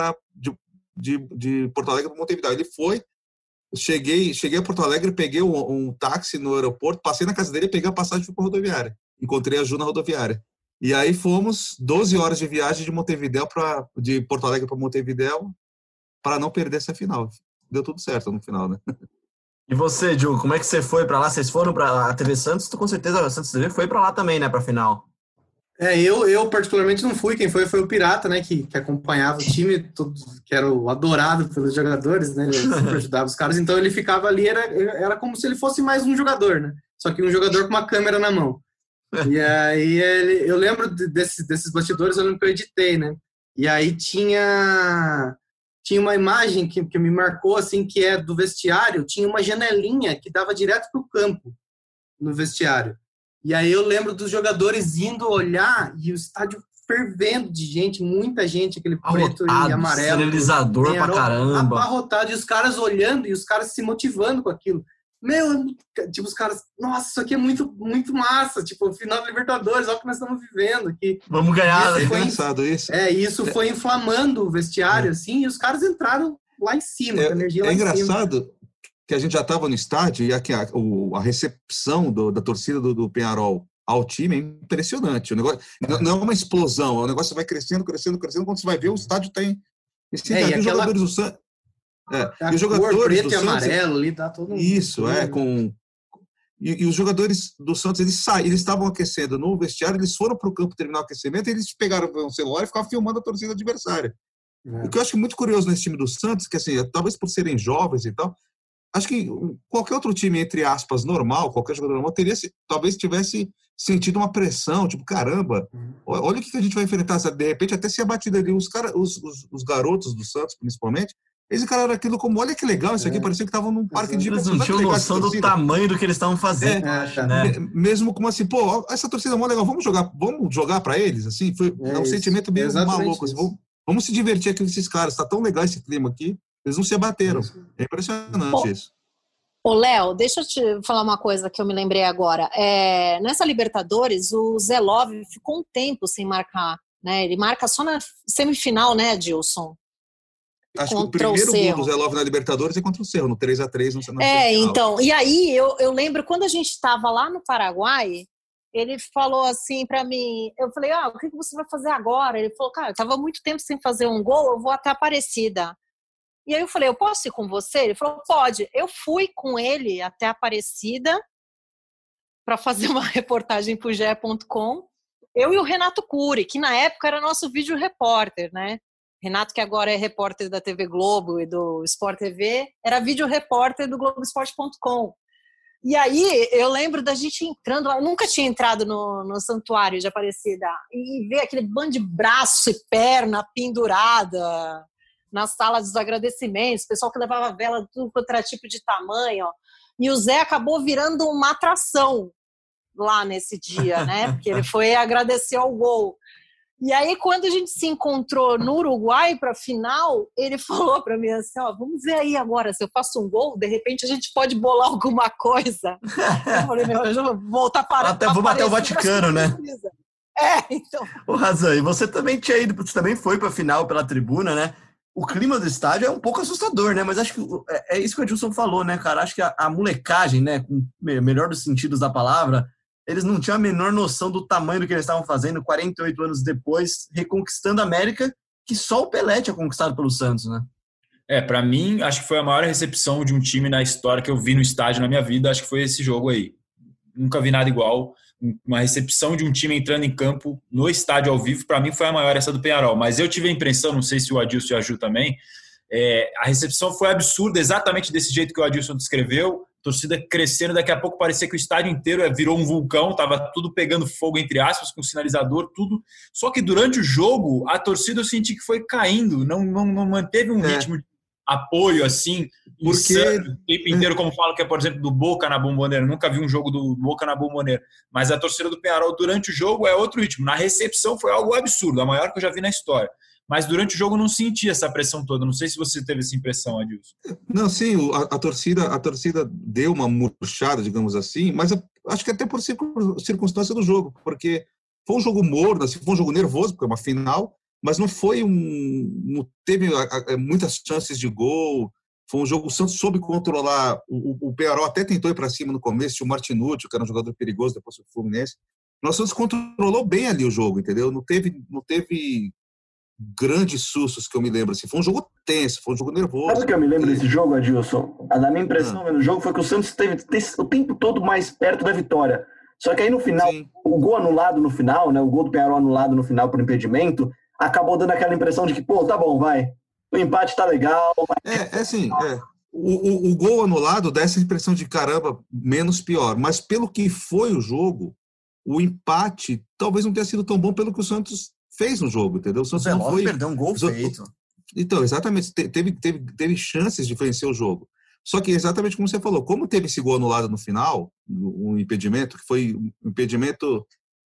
de Porto Alegre para Montevidéu. Ele foi, cheguei a Porto Alegre, peguei um táxi no aeroporto, passei na casa dele, peguei a passagem e fui para a rodoviária. Encontrei a Ju na rodoviária. E aí fomos 12 horas de viagem de Porto Alegre para Montevidéu para não perder essa final. Deu tudo certo no final, né? E você, Ju, como é que você foi para lá? Vocês foram para a TV Santos? Tu com certeza a Santos TV foi para lá também, né, para a final. Eu particularmente não fui. Quem foi o Pirata, né, que acompanhava o time, que era o adorado pelos jogadores, né, ele sempre ajudava os caras, então ele ficava ali, era como se ele fosse mais um jogador, né, só que um jogador com uma câmera na mão. E aí eu lembro desses bastidores, eu lembro que eu editei, né, e aí tinha uma imagem que me marcou, assim, que é do vestiário, tinha uma janelinha que dava direto pro campo, no vestiário. E aí eu lembro dos jogadores indo olhar e o estádio fervendo de gente, muita gente, aquele preto e amarelo. Sinalizador pra caramba. Abarrotado, e os caras olhando e os caras se motivando com aquilo. tipo, os caras, nossa, isso aqui é muito, muito massa, tipo, final da Libertadores, olha o que nós estamos vivendo aqui. Vamos ganhar. É engraçado isso. Isso foi inflamando o vestiário, assim, e os caras entraram lá em cima, com a energia lá em cima. É engraçado que a gente já estava no estádio e aqui a recepção da torcida do Peñarol ao time é impressionante. O negócio não é uma explosão, o negócio vai crescendo, crescendo, crescendo. Quando você vai ver, o estádio tem... E os jogadores do Santos... e os jogadores cor preto do e Santos, amarelo ali, tá todo mundo. Isso, E os jogadores do Santos, eles estavam aquecendo no vestiário, eles foram para o campo terminar o aquecimento e eles pegaram o celular e ficavam filmando a torcida adversária. O que eu acho muito curioso nesse time do Santos, que assim, talvez por serem jovens e tal, acho que qualquer outro time, entre aspas, normal, qualquer jogador normal, talvez tivesse sentido uma pressão, tipo, caramba, olha o que a gente vai enfrentar, sabe? De repente até ser abatido ali, os garotos do Santos, principalmente, eles encararam aquilo como, olha que legal, isso aqui parecia que estavam num parque de diversão. Eles não tinham noção do tamanho do que eles estavam fazendo, né? Mesmo como assim, pô, essa torcida é mó legal, vamos jogar para eles, assim, foi um sentimento meio maluco, assim, vamos se divertir aqui com esses caras, tá tão legal esse clima aqui, eles não se abateram. É impressionante isso. Ô, Léo, deixa eu te falar uma coisa que eu me lembrei agora. Nessa Libertadores, o Zé Love ficou um tempo sem marcar, né? Ele marca só na semifinal, né, Adilson? Acho que o primeiro gol do Zé Love na Libertadores é contra o Cerro, no 3-3. Então. E aí, eu lembro, quando a gente estava lá no Paraguai, ele falou assim pra mim, eu falei, o que você vai fazer agora? Ele falou, cara, eu tava muito tempo sem fazer um gol, eu vou até Aparecida. E aí eu falei, eu posso ir com você? Ele falou, pode. Eu fui com ele até Aparecida para fazer uma reportagem pro GE.com. Eu e o Renato Cury, que na época era nosso vídeo repórter, né? Renato, que agora é repórter da TV Globo e do Sport TV, era vídeo repórter do Globoesporte.com. E aí eu lembro da gente entrando lá, eu nunca tinha entrado no santuário de Aparecida, e ver aquele bando de braço e perna pendurada na sala dos agradecimentos, pessoal que levava vela, tudo quanto era tipo de tamanho, ó. E o Zé acabou virando uma atração lá nesse dia, né? Porque ele foi agradecer ao gol. E aí, quando a gente se encontrou no Uruguai para a final, ele falou para mim assim, vamos ver aí agora, se eu faço um gol, de repente a gente pode bolar alguma coisa. Eu falei, eu já vou voltar para... Vamos até o Vaticano, né? Então... Ô, Razan, e você também tinha ido, você também foi para a final pela tribuna, né? O clima do estádio é um pouco assustador, né? Mas acho que é isso que o Adilson falou, né, cara? Acho que a molecagem, né, com o melhor dos sentidos da palavra, eles não tinham a menor noção do tamanho do que eles estavam fazendo 48 anos depois, reconquistando a América, que só o Pelé tinha conquistado pelo Santos, né? Para mim, acho que foi a maior recepção de um time na história que eu vi no estádio na minha vida, acho que foi esse jogo aí. Nunca vi nada igual. Uma recepção de um time entrando em campo no estádio ao vivo, para mim foi a maior, essa do Peñarol. Mas eu tive a impressão, não sei se o Adilson e a Ju também, a recepção foi absurda, exatamente desse jeito que o Adilson descreveu, torcida crescendo, daqui a pouco parecia que o estádio inteiro virou um vulcão, estava tudo pegando fogo, entre aspas, com sinalizador, tudo. Só que durante o jogo, a torcida eu senti que foi caindo, não manteve um ritmo de apoio, assim, insano, o tempo inteiro, como falam que é, por exemplo, do Boca na Bombonera. Nunca vi um jogo do Boca na Bombonera, mas a torcida do Peñarol durante o jogo é outro ritmo. Na recepção foi algo absurdo, a maior que eu já vi na história. Mas durante o jogo eu não senti essa pressão toda. Não sei se você teve essa impressão, Adilson. Não, sim, a torcida deu uma murchada, digamos assim, mas acho que até por circunstância do jogo, porque foi um jogo morno, assim, foi um jogo nervoso, porque é uma final, mas não teve muitas chances de gol. Foi um jogo, o Santos soube controlar, o Peñarol até tentou ir para cima no começo, tinha o Martinucci, que era um jogador perigoso, depois o Fluminense. O Santos controlou bem ali o jogo, entendeu? Não teve grandes sustos que eu me lembro, assim. Foi um jogo tenso, foi um jogo nervoso. Sabe o que eu me lembro desse jogo, Adilson? A minha impressão no jogo foi que o Santos esteve o tempo todo mais perto da vitória. Só que aí no final, o gol anulado no final, né? O gol do Peñarol anulado no final por impedimento, acabou dando aquela impressão de que, tá bom, vai. O empate tá legal. Mas... O gol anulado dá essa impressão de caramba, menos pior. Mas pelo que foi o jogo, o empate talvez não tenha sido tão bom pelo que o Santos fez no jogo, entendeu? O Santos não foi... perdeu um gol feito. Então, exatamente, teve chances de vencer o jogo. Só que exatamente como você falou, como teve esse gol anulado no final, um impedimento, que foi um impedimento,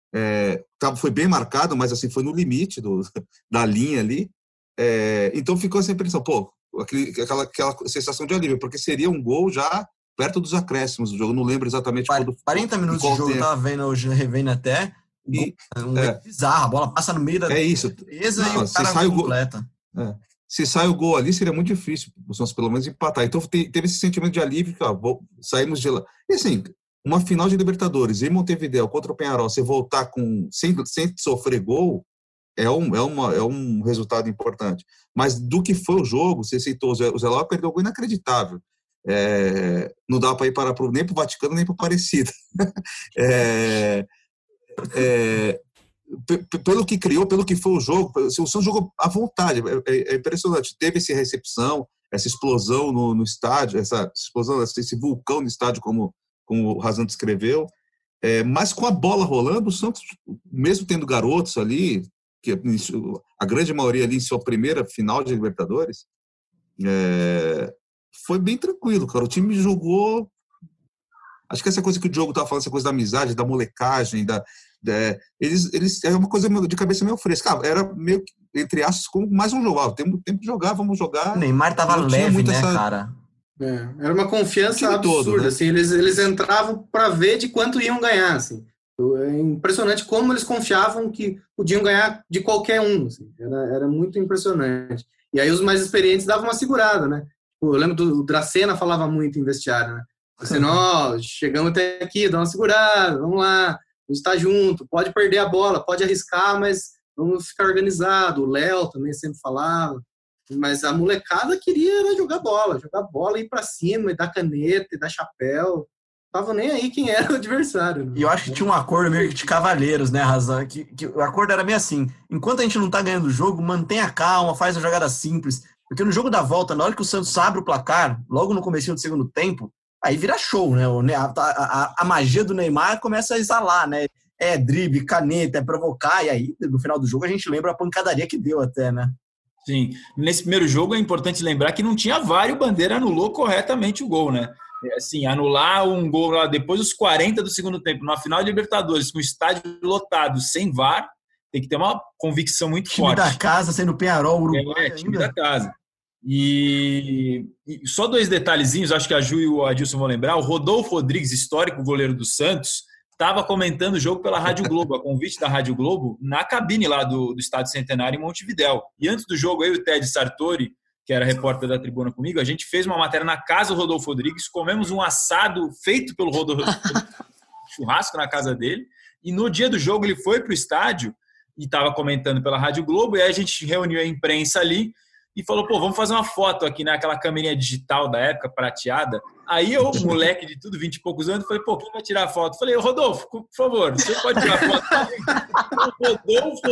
foi bem marcado, mas assim, foi no limite da linha ali, então ficou essa impressão, aquela sensação de alívio, porque seria um gol já perto dos acréscimos do jogo. Não lembro exatamente quando. 40 minutos de jogo, eu tava vendo hoje, revendo até. Bizarro, a bola passa no meio da defesa e o cara completa. Se sai o gol ali, seria muito difícil o Santos pelo menos empatar. Então teve esse sentimento de alívio que saímos de lá. E assim, uma final de Libertadores em Montevidéu contra o Peñarol, você voltar sem sofrer gol, é um resultado importante. Mas do que foi o jogo, você citou, o Zé Lopes perdeu um gol inacreditável. Não dá para ir nem para o Vaticano, nem para o Aparecida. Pelo que criou, pelo que foi o jogo, o Santos jogou à vontade, é impressionante. Teve essa recepção, essa explosão no estádio, essa explosão, esse vulcão no estádio, como o Razan descreveu, mas com a bola rolando, o Santos, mesmo tendo garotos ali, que a grande maioria ali em sua primeira final de Libertadores, foi bem tranquilo, cara. O time jogou. Acho que essa coisa que o Diogo estava falando, essa coisa da amizade, da molecagem, eles é uma coisa de cabeça meio fresca. Era meio, entre aspas, como mais um jogo. Temos tempo de jogar, vamos jogar. O Neymar estava leve, né, cara? Era uma confiança absurda. Todo, né? Assim, eles entravam para ver de quanto iam ganhar. Assim. É impressionante como eles confiavam que podiam ganhar de qualquer um. Assim. Era muito impressionante. E aí os mais experientes davam uma segurada, né? Eu lembro do Dracena falava muito em vestiário, né? Assim, nós chegamos até aqui, dá uma segurada, vamos lá, a gente está junto, pode perder a bola, pode arriscar, mas vamos ficar organizado. O Léo também sempre falava, mas a molecada queria jogar bola, ir para cima, e dar caneta, e dar chapéu. Não tava nem aí quem era o adversário. Né? E eu acho que tinha um acordo meio que de cavalheiros, né, Razan? Que o acordo era meio assim, enquanto a gente não tá ganhando o jogo, mantenha a calma, faz a jogada simples, porque no jogo da volta, na hora que o Santos abre o placar, logo no comecinho do segundo tempo, aí vira show, né? A magia do Neymar começa a exalar, né? Drible, caneta, provocar, e aí no final do jogo a gente lembra a pancadaria que deu até, né? Sim, nesse primeiro jogo é importante lembrar que não tinha VAR e o Bandeira anulou corretamente o gol, né? Assim, anular um gol lá depois dos 40 do segundo tempo, numa final de Libertadores, com o estádio lotado, sem VAR, tem que ter uma convicção muito forte. Time da casa, sendo Peñarol, Uruguai time da casa. E só 2 detalhezinhos, acho que a Ju e o Adilson vão lembrar. O Rodolfo Rodrigues, histórico goleiro do Santos, estava comentando o jogo pela Rádio Globo, a convite da Rádio Globo, na cabine lá do Estádio Centenário em Montevidéu. E antes do jogo, eu e o Ted Sartori, que era repórter da Tribuna comigo, a gente fez uma matéria na casa do Rodolfo Rodrigues, comemos um assado feito pelo Rodolfo Rodrigues, churrasco na casa dele, e no dia do jogo ele foi para o estádio e estava comentando pela Rádio Globo, e aí a gente reuniu a imprensa ali, e falou, vamos fazer uma foto aqui, né? Aquela câmerinha digital da época, prateada. Aí eu, moleque de tudo, 20 e poucos anos, falei, quem vai tirar a foto? Falei, Rodolfo, por favor, você pode tirar a foto pra mim? O Rodolfo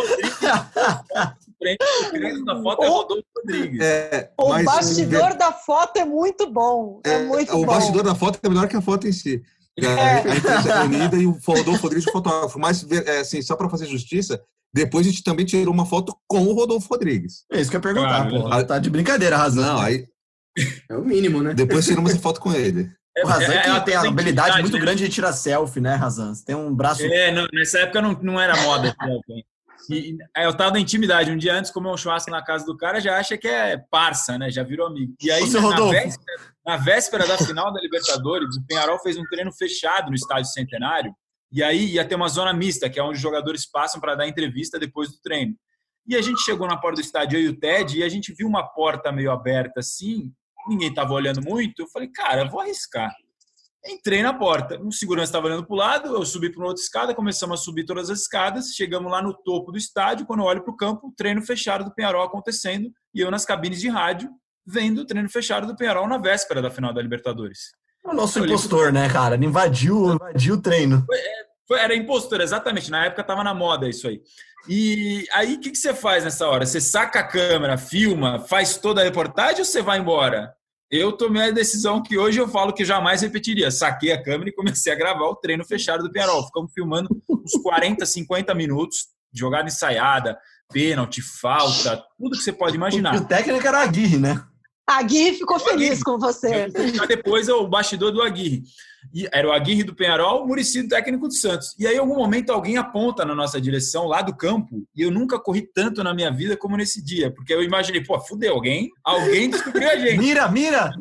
Rodrigues, a foto é o Rodolfo Rodrigues. O bastidor da foto é muito bom. O bastidor da foto é melhor que a foto em si. A imprensa é unida e o Rodolfo Rodrigues é o fotógrafo. Mas, assim, só para fazer justiça, depois a gente também tirou uma foto com o Rodolfo Rodrigues. É isso que eu ia perguntar, pô. Tá de brincadeira, Razan. Não, aí... É o mínimo, né? Depois tiramos a foto com ele. O Razan tem uma habilidade muito grande de tirar selfie, né, Razan? Você tem um braço... Nessa época não era moda selfie. E eu tava da intimidade. Um dia antes, comer um churrasco na casa do cara, já acha que é parça, né? Já virou amigo. E aí, na véspera da final da Libertadores, o Peñarol fez um treino fechado no Estádio Centenário. E aí ia ter uma zona mista, que é onde os jogadores passam para dar entrevista depois do treino. E a gente chegou na porta do estádio, eu e o Ted, e a gente viu uma porta meio aberta assim, ninguém estava olhando muito. Eu falei, cara, vou arriscar. Entrei na porta, um segurança estava olhando para o lado, eu subi para uma outra escada, começamos a subir todas as escadas, chegamos lá no topo do estádio, quando eu olho para o campo, o treino fechado do Peñarol acontecendo, e eu nas cabines de rádio, vendo o treino fechado do Peñarol na véspera da final da Libertadores. O nosso impostor, né, cara? Ele invadiu o treino. Era impostor, exatamente. Na época estava na moda isso aí. E aí, o que você faz nessa hora? Você saca a câmera, filma, faz toda a reportagem ou você vai embora? Eu tomei a decisão que hoje eu falo que jamais repetiria. Saquei a câmera e comecei a gravar o treino fechado do Peñarol. Ficamos filmando uns 40, 50 minutos, jogada ensaiada, pênalti, falta, tudo que você pode imaginar. O técnico era o Aguirre, né? A Aguirre ficou feliz com você. Depois é o bastidor do Aguirre. E era o Aguirre do Peñarol, o Muricy, técnico do Santos. E aí, em algum momento, alguém aponta na nossa direção, lá do campo, e eu nunca corri tanto na minha vida como nesse dia, porque eu imaginei, fudeu, alguém descobriu a gente. Mira!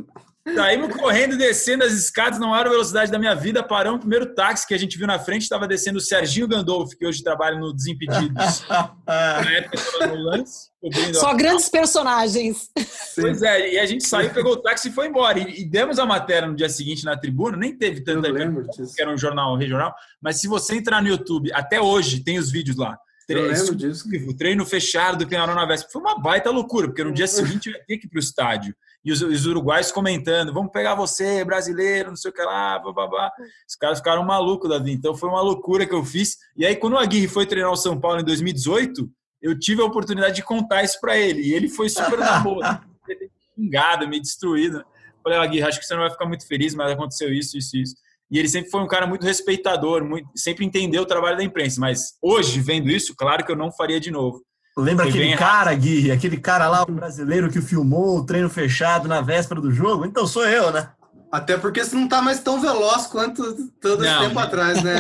Saímos correndo, descendo as escadas na maior velocidade da minha vida, paramos o primeiro táxi que a gente viu na frente, estava descendo o Serginho Gandolfo, que hoje trabalha no Desimpedidos. Na época estava no lance. Só grandes personagens. Pois é, e a gente saiu, pegou o táxi e foi embora. E demos a matéria no dia seguinte na Tribuna, nem teve tanta gente, que era um jornal regional, mas se você entrar no YouTube, até hoje tem os vídeos lá. Eu lembro disso. O treino fechado do Peñarol na véspera. Foi uma baita loucura, porque no dia seguinte eu ia ter que ir para o estádio. E os uruguaios comentando, vamos pegar você, brasileiro, não sei o que lá, bababá. Os caras ficaram malucos da vida. Então foi uma loucura que eu fiz. E aí quando o Aguirre foi treinar o São Paulo em 2018, eu tive a oportunidade de contar isso para ele. E ele foi super na boa. Xingado, meio destruído. Falei, Aguirre, acho que você não vai ficar muito feliz, mas aconteceu isso. E ele sempre foi um cara muito respeitador, sempre entendeu o trabalho da imprensa. Mas hoje, vendo isso, claro que eu não faria de novo. Lembra aquele cara, Gui? Aquele cara lá, o brasileiro que filmou o treino fechado na véspera do jogo? Então sou eu, né? Até porque você não tá mais tão veloz quanto todo esse tempo atrás, né?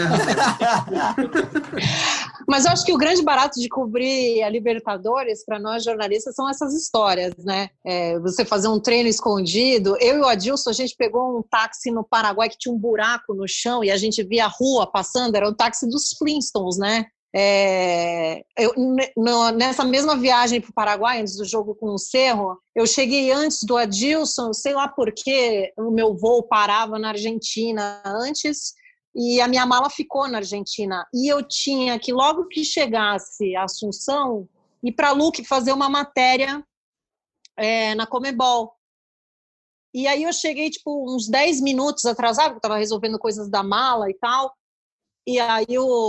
Mas eu acho que o grande barato de cobrir a Libertadores, para nós jornalistas, são essas histórias, né? Você fazer um treino escondido. Eu e o Adilson, a gente pegou um táxi no Paraguai que tinha um buraco no chão e a gente via a rua passando, era o táxi dos Flintstones, né? Nessa mesma viagem para o Paraguai, antes do jogo com o Cerro, eu cheguei antes do Adilson, sei lá por que o meu voo parava na Argentina antes e a minha mala ficou na Argentina. E eu tinha que, logo que chegasse a Assunção, ir para Luque fazer uma matéria na Comebol. E aí eu cheguei tipo uns 10 minutos atrasado, porque eu estava resolvendo coisas da mala e tal. E aí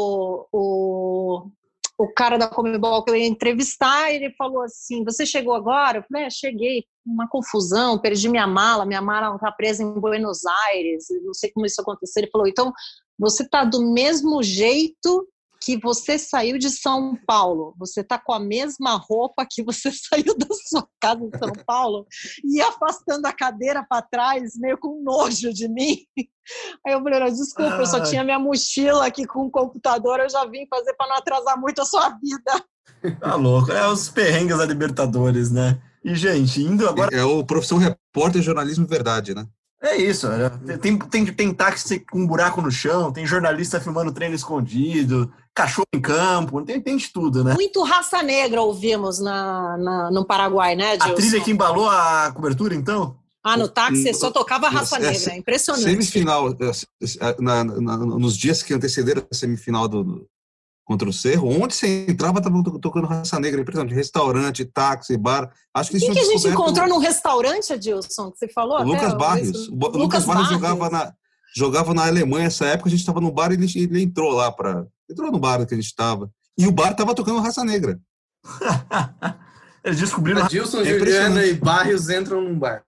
o cara da Comebol que eu ia entrevistar, ele falou assim, você chegou agora? Eu falei, cheguei, uma confusão, perdi minha mala está presa em Buenos Aires, não sei como isso aconteceu. Ele falou, então você está do mesmo jeito que você saiu de São Paulo, você está com a mesma roupa que você saiu da sua casa em São Paulo, e afastando a cadeira para trás, meio com nojo de mim. Aí eu falei, desculpa, eu só tinha minha mochila aqui com o computador, eu já vim fazer para não atrasar muito a sua vida. Tá louco, os perrengues da Libertadores, né? E, gente, indo agora... É o profissão repórter jornalismo verdade, né? É isso, tem táxi com um buraco no chão, tem jornalista filmando treino escondido, cachorro em campo, tem de tudo, né? Muito raça negra ouvimos no Paraguai, né, Edilson? A trilha que embalou a cobertura, então? No táxi só tocava raça negra, impressionante. Semifinal, nos dias que antecederam a semifinal contra o Cerro, onde você entrava, estava tocando raça negra, impressionante, restaurante, táxi, bar. Acho que quem que a gente encontrou num restaurante, Adilson, que você falou? O Lucas Barrios. O Lucas Barrios jogava na Alemanha nessa época, a gente estava no bar e ele entrou lá entrou no bar que a gente estava. E o bar estava tocando raça negra. Eles descobriram... Adilson, Juliana e Barrios entram num bar.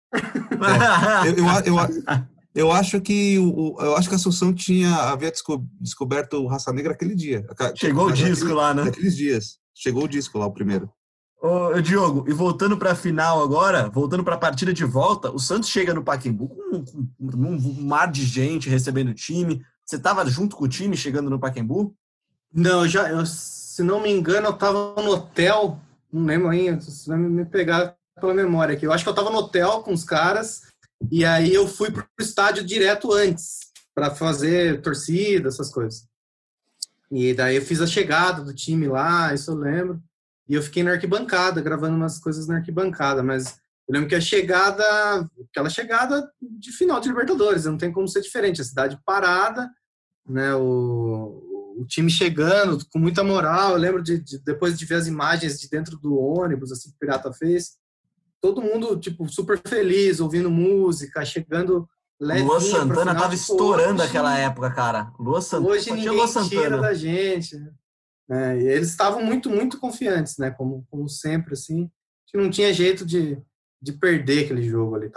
Eu acho que a Assunção havia descoberto o Raça Negra aquele dia. Chegou o disco lá, né? Naqueles dias. Chegou o disco lá, o primeiro. Ô, Diogo, e voltando para a final agora, voltando para a partida de volta, o Santos chega no Pacaembu com um mar de gente recebendo o time. Você estava junto com o time chegando no Pacaembu? Não, se não me engano, eu estava no hotel, não lembro ainda, você vai me pegar pela memória aqui. Eu acho que eu estava no hotel com os caras, e aí eu fui pro estádio direto antes, para fazer torcida, essas coisas. E daí eu fiz a chegada do time lá, isso eu lembro. E eu fiquei na arquibancada, gravando umas coisas na arquibancada, mas eu lembro que aquela chegada de final de Libertadores, não tem como ser diferente. A cidade parada, né, o time chegando com muita moral. Eu lembro depois de ver as imagens de dentro do ônibus, assim, que o Pirata fez. Todo mundo, tipo, super feliz, ouvindo música, chegando levinho. Lua Santana tava estourando naquela época, cara. Lua Santana. Hoje ninguém tira da gente. Né? E eles estavam muito, muito confiantes, né? Como sempre, assim. Que não tinha jeito de perder aquele jogo ali.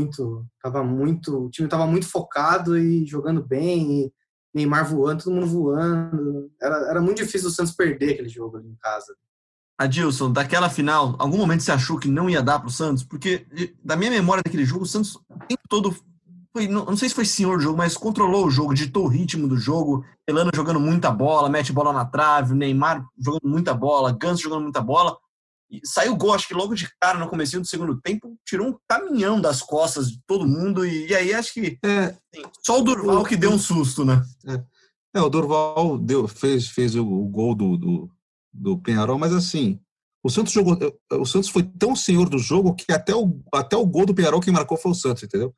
O time tava muito focado e jogando bem, e Neymar voando, todo mundo voando. Era muito difícil o Santos perder aquele jogo ali em casa. Adilson, daquela final, algum momento você achou que não ia dar para o Santos? Porque, da minha memória daquele jogo, o Santos o tempo todo, não sei se foi senhor do jogo, mas controlou o jogo, ditou o ritmo do jogo, Elano jogando muita bola, mete bola na trave, o Neymar jogando muita bola, Ganso jogando muita bola. E saiu o gol, acho que logo de cara, no comecinho do segundo tempo, tirou um caminhão das costas de todo mundo, e aí acho que só o Durval que deu um susto, né? O Durval fez o gol do Peñarol, mas assim, o Santos foi tão senhor do jogo que até o gol do Peñarol quem marcou foi o Santos, entendeu?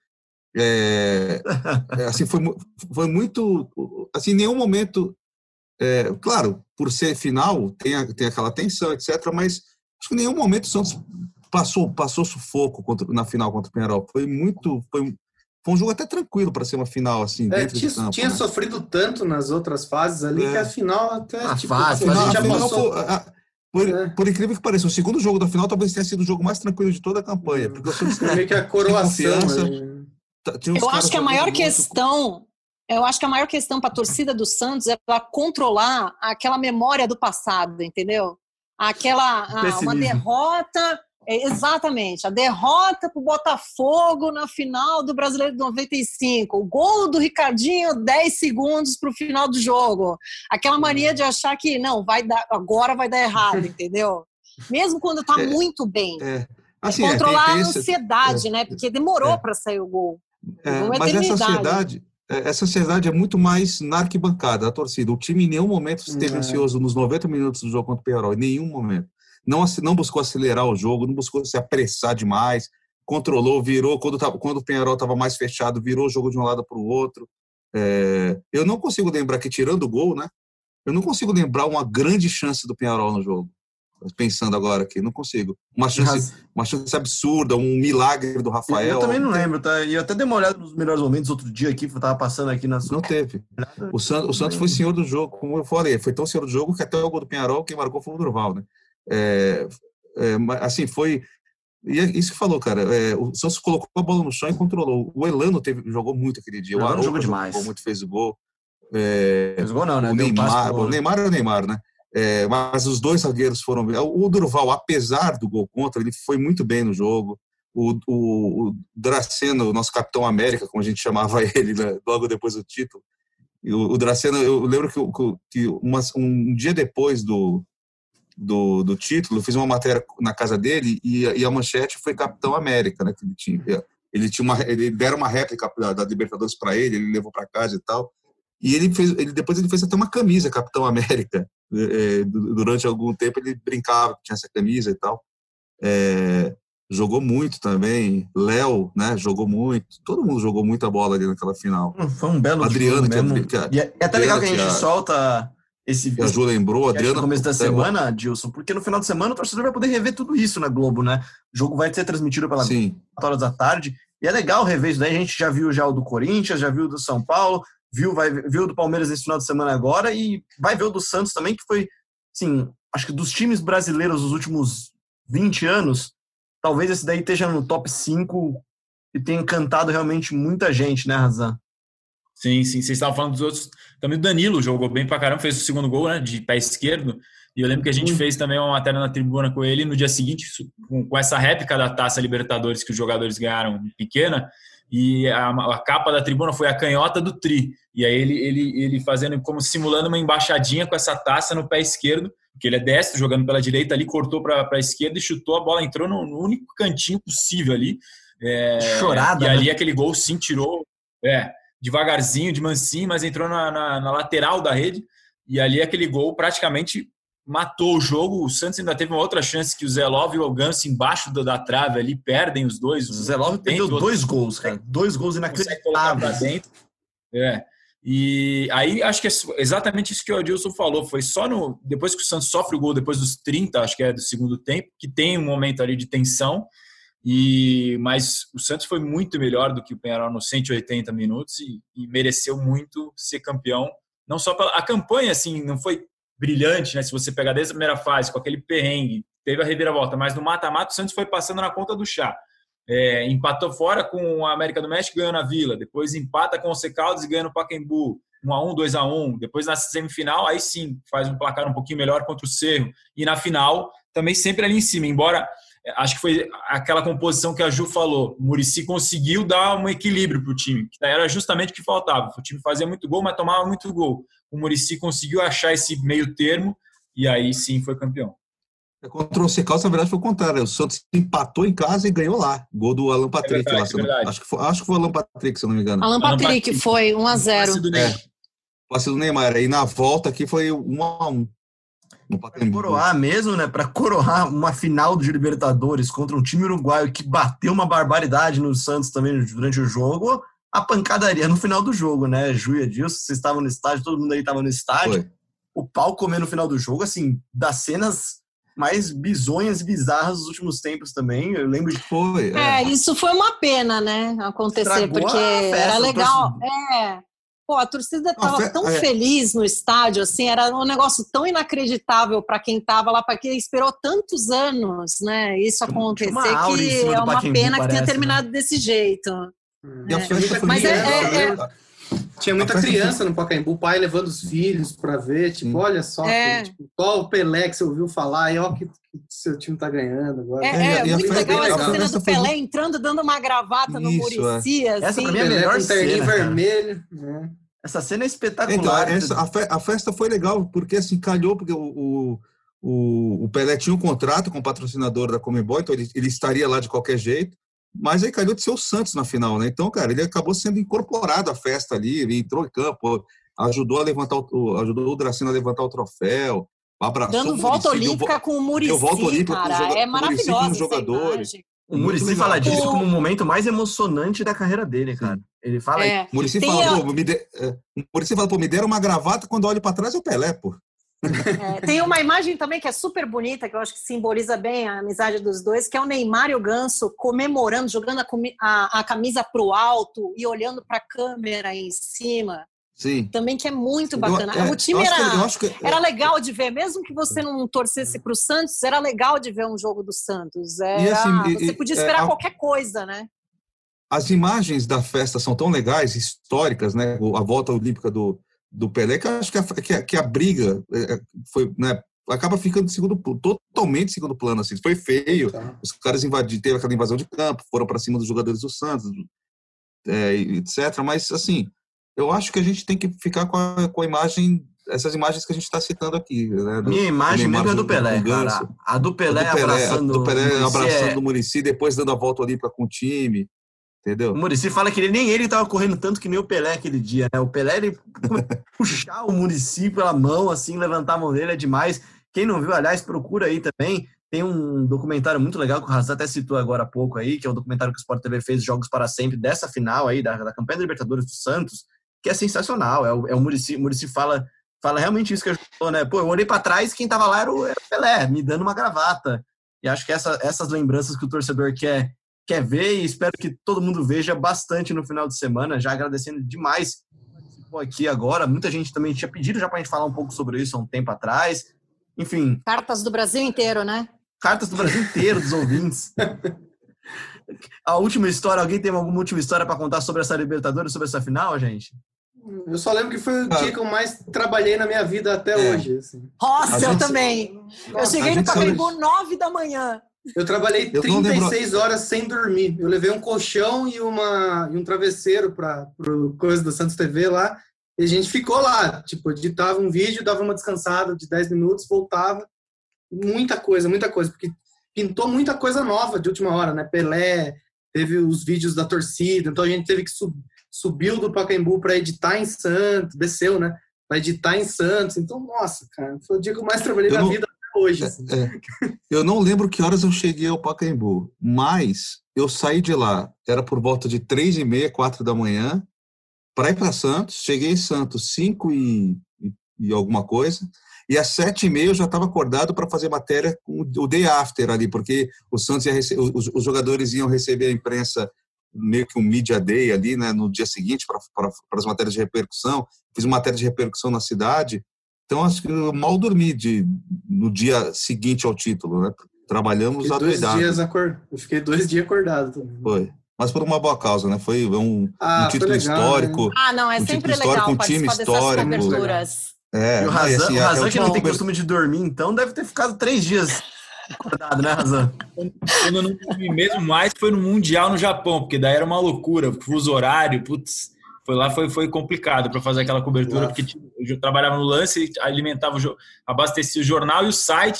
Assim, foi muito, assim, em nenhum momento, claro, por ser final, tem aquela tensão, etc., mas acho que em nenhum momento o Santos passou sufoco na final contra o Peñarol. Foi um jogo até tranquilo para ser uma final, assim, dentro de campo. Tinha sofrido tanto nas outras fases ali que a final até... A fase já passou... Por incrível que pareça, o segundo jogo da final talvez tenha sido o jogo mais tranquilo de toda a campanha. Porque o Santos meio que a coroação. Eu acho que a maior questão para a torcida do Santos é ela controlar aquela memória do passado, entendeu? Uma derrota, exatamente, a derrota para o Botafogo na final do Brasileiro de 95, o gol do Ricardinho 10 segundos para o final do jogo, aquela mania de achar que não, agora vai dar errado, entendeu? Mesmo quando está muito bem. Assim, controlar a ansiedade, né? Porque demorou para sair o gol. Mas essa ansiedade é muito mais na arquibancada, a torcida. O time em nenhum momento esteve ansioso nos 90 minutos do jogo contra o Peñarol, em nenhum momento. Não buscou acelerar o jogo, não buscou se apressar demais, controlou, virou, quando o Peñarol estava mais fechado, virou o jogo de um lado para o outro. Eu não consigo lembrar que, tirando o gol, né? Eu não consigo lembrar uma grande chance do Peñarol no jogo. Pensando agora aqui, não consigo. Uma chance absurda, um milagre do Rafael. Eu também não lembro, tá? E eu até dei uma olhada nos melhores momentos outro dia aqui, eu tava passando aqui nas... Não teve. O Santos foi senhor do jogo, como eu falei, foi tão senhor do jogo que até o gol do Peñarol, quem marcou foi o Durval, né? Assim, foi... E é isso que falou, cara. O Santos colocou a bola no chão e controlou. O Elano jogou muito aquele dia. O Arouca jogou demais. Jogou muito, fez o gol. Fez o gol não, né? O Neymar é o Neymar, né? Mas os dois zagueiros foram... O Durval, apesar do gol contra, ele foi muito bem no jogo. O Draceno, nosso Capitão América, como a gente chamava ele, né, logo depois do título. E o Draceno, eu lembro que um dia depois do título, eu fiz uma matéria na casa dele e a manchete foi Capitão América, né, que ele tinha. Ele deram uma réplica da Libertadores para ele levou para casa e tal. E depois ele fez até uma camisa Capitão América. Durante algum tempo ele brincava que tinha essa camisa e tal. Jogou muito também. Léo, né, jogou muito. Todo mundo jogou muita bola ali naquela final. Foi um belo Adriano mesmo. E é até legal que a gente solta esse vídeo. A Ju lembrou, Adriano. No começo da semana, Dilson, porque no final de semana o torcedor vai poder rever tudo isso na Globo, né? O jogo vai ser transmitido pela Globo, 4 horas da tarde. E é legal rever isso daí. A gente já viu o do Corinthians, já viu o do São Paulo, viu o do Palmeiras esse final de semana agora e vai ver o do Santos também, que foi, assim, acho que dos times brasileiros dos últimos 20 anos, talvez esse daí esteja no top 5 e tenha encantado realmente muita gente, né, Razan? Sim, vocês estavam falando dos outros. Também o Danilo jogou bem pra caramba, fez o segundo gol, né, de pé esquerdo. E eu lembro que a gente fez também uma matéria na tribuna com ele no dia seguinte, com essa réplica da Taça Libertadores que os jogadores ganharam pequena. E a capa da tribuna foi a canhota do Tri. E aí ele fazendo, como simulando uma embaixadinha com essa taça no pé esquerdo, porque ele é destro, jogando pela direita ali, cortou para a esquerda e chutou, a bola entrou no único cantinho possível ali. Chorada, e ali né? aquele gol sim tirou, devagarzinho, de mansinho, mas entrou na lateral da rede. E ali aquele gol praticamente matou o jogo. O Santos ainda teve uma outra chance que o Zé Love e o Ganso embaixo da trave ali perdem os dois. O Zé Love perdeu 2 gols, cara. 2 gols inacreditáveis. Dentro. E aí acho que é exatamente isso que o Adilson falou. Foi só depois que o Santos sofre o gol, depois dos 30, acho que é do segundo tempo, que tem um momento ali de tensão. Mas o Santos foi muito melhor do que o Peñarol nos 180 minutos e mereceu muito ser campeão. Não só a campanha, assim, não foi brilhante, né? Se você pegar desde a primeira fase, com aquele perrengue, teve a reviravolta, mas no mata-mata o Santos foi passando na conta do chá. Empatou fora com a América do México, ganhou na Vila, depois empata com o Once Caldas e ganha no Pacaembu, 1-1, 2-1, depois na semifinal, aí sim, faz um placar um pouquinho melhor contra o Cerro, e na final, também sempre ali em cima, embora acho que foi aquela composição que a Ju falou, o Muricy conseguiu dar um equilíbrio para o time, que era justamente o que faltava, o time fazia muito gol, mas tomava muito gol. O Muricy conseguiu achar esse meio termo e aí sim foi campeão. Contra o Once Caldas, na verdade, foi o contrário. O Santos empatou em casa e ganhou lá. Gol do Alan Patrick. verdade, lá, acho que foi o Alan Patrick, se eu não me engano. Alan Patrick foi 1-0. Passe do Neymar. Aí na volta aqui foi 1-1. Para coroar mesmo, né? Para coroar uma final de Libertadores contra um time uruguaio que bateu uma barbaridade no Santos também durante o jogo, a pancadaria no final do jogo, né? Ju e Adilson, vocês estavam no estádio, todo mundo aí estava no estádio. Foi. O pau comendo no final do jogo, assim, das cenas mais bizonhas e bizarras dos últimos tempos também. Eu lembro de... Foi. Isso foi uma pena, né? Acontecer, Estragou porque era legal. Pô, a torcida estava tão feliz no estádio, assim, era um negócio tão inacreditável para quem estava lá, para quem esperou tantos anos, né? Isso acontecer, que é uma pena que tenha terminado desse jeito. Tinha muita criança no Pacaembu, o pai levando os filhos para ver, tipo, olha só, qual o Pelé que você ouviu falar, e ó que seu time tá ganhando agora. Muito legal essa cena do Pelé entrando, dando uma gravata no Muricy, assim. Essa pra mim é a melhor cena, vermelho. Essa cena é espetacular. Então, a festa foi legal, porque assim, calhou, porque o Pelé tinha um contrato com o patrocinador da Conmebol, então ele estaria lá de qualquer jeito. Mas aí calhou de ser o Santos na final, né? Então, cara, ele acabou sendo incorporado à festa ali, ele entrou em campo, ajudou o Dracena a levantar o troféu, abraçou dando volta olímpica com o Muricy, cara, é maravilhoso. Jogadores. O Muricy fala disso como o momento mais emocionante da carreira dele, cara. Ele fala... O Muricy fala, me deram uma gravata, quando olho pra trás é o Pelé, pô. Tem uma imagem também que é super bonita, que eu acho que simboliza bem a amizade dos dois, que é o Neymar e o Ganso comemorando, jogando a camisa pro alto e olhando pra câmera aí em cima. Sim. Também que é muito bacana. O time era legal de ver, mesmo que você não torcesse pro Santos, era legal de ver um jogo do Santos. Você podia esperar qualquer coisa, né? As imagens da festa são tão legais, históricas, né? A volta olímpica do Pelé, que eu acho que a briga foi, né, acaba ficando totalmente segundo plano, assim. Foi feio, os caras teve aquela invasão de campo, foram para cima dos jogadores do Santos, etc. Mas, assim, eu acho que a gente tem que ficar com a imagem, essas imagens que a gente está citando aqui. Né, minha imagem mesmo é do Pelé, cara. A do Pelé abraçando o Muricy, depois dando a volta olímpica com o time. Entendeu? O Muricy fala que nem ele estava correndo tanto que nem o Pelé aquele dia, né? O Pelé, ele puxar o Muricy pela mão, assim, levantar a mão dele é demais. Quem não viu, aliás, procura aí também. Tem um documentário muito legal que o Razan até citou agora há pouco aí, que é o documentário que o Sport TV fez, Jogos para Sempre, dessa final aí, da campanha da Libertadores do Santos, que é sensacional. É o Muricy. O Muricy fala realmente isso que a gente falou, né? Pô, eu olhei para trás, quem tava lá era o Pelé, me dando uma gravata. E acho que essas lembranças que o torcedor quer ver, e espero que todo mundo veja bastante no final de semana, já agradecendo demais aqui agora. Muita gente também tinha pedido já pra gente falar um pouco sobre isso há um tempo atrás. Enfim. Cartas do Brasil inteiro, né? Cartas do Brasil inteiro, dos ouvintes. A última história, alguém tem alguma última história para contar sobre essa Libertadores, sobre essa final, gente? Eu só lembro que foi o dia que eu mais trabalhei na minha vida até hoje. Assim. Nossa, eu também. Eu cheguei no Pacaembu 9 da manhã. Eu trabalhei 36 horas sem dormir. Eu levei um colchão e um travesseiro para o coisa do Santos TV lá. E a gente ficou lá. Tipo, editava um vídeo, dava uma descansada de 10 minutos, voltava. Muita coisa. Porque pintou muita coisa nova de última hora, né? Pelé, teve os vídeos da torcida. Então a gente teve que subiu do Pacaembu para editar em Santos. Desceu, né? Para editar em Santos. Então, nossa, cara, foi o dia que eu mais trabalhei na vida. Hoje, assim. Eu não lembro que horas eu cheguei ao Pacaembu, mas eu saí de lá, era por volta de 3h30, 4 da manhã, para ir para Santos. Cheguei em Santos 5 e alguma coisa, e às 7h30 eu já estava acordado para fazer matéria com o day after ali, porque o Santos os jogadores iam receber a imprensa meio que um media day ali, né, no dia seguinte para as matérias de repercussão. Fiz uma matéria de repercussão na cidade. Então, acho que eu mal dormi no dia seguinte ao título, né? Trabalhamos adoidado. Eu fiquei 2 dias acordado também. Foi. Mas por uma boa causa, né? Foi um título legal, histórico. Né? Não, é sempre legal participar dessas coberturas. E o Razan, que não tem costume de dormir, então, deve ter ficado 3 dias acordado, né, Razan? Quando eu não dormi mesmo mais, foi no Mundial no Japão, porque daí era uma loucura, fuso horário, putz... Foi complicado para fazer aquela cobertura, porque eu trabalhava no lance, alimentava, abastecia o jornal e o site,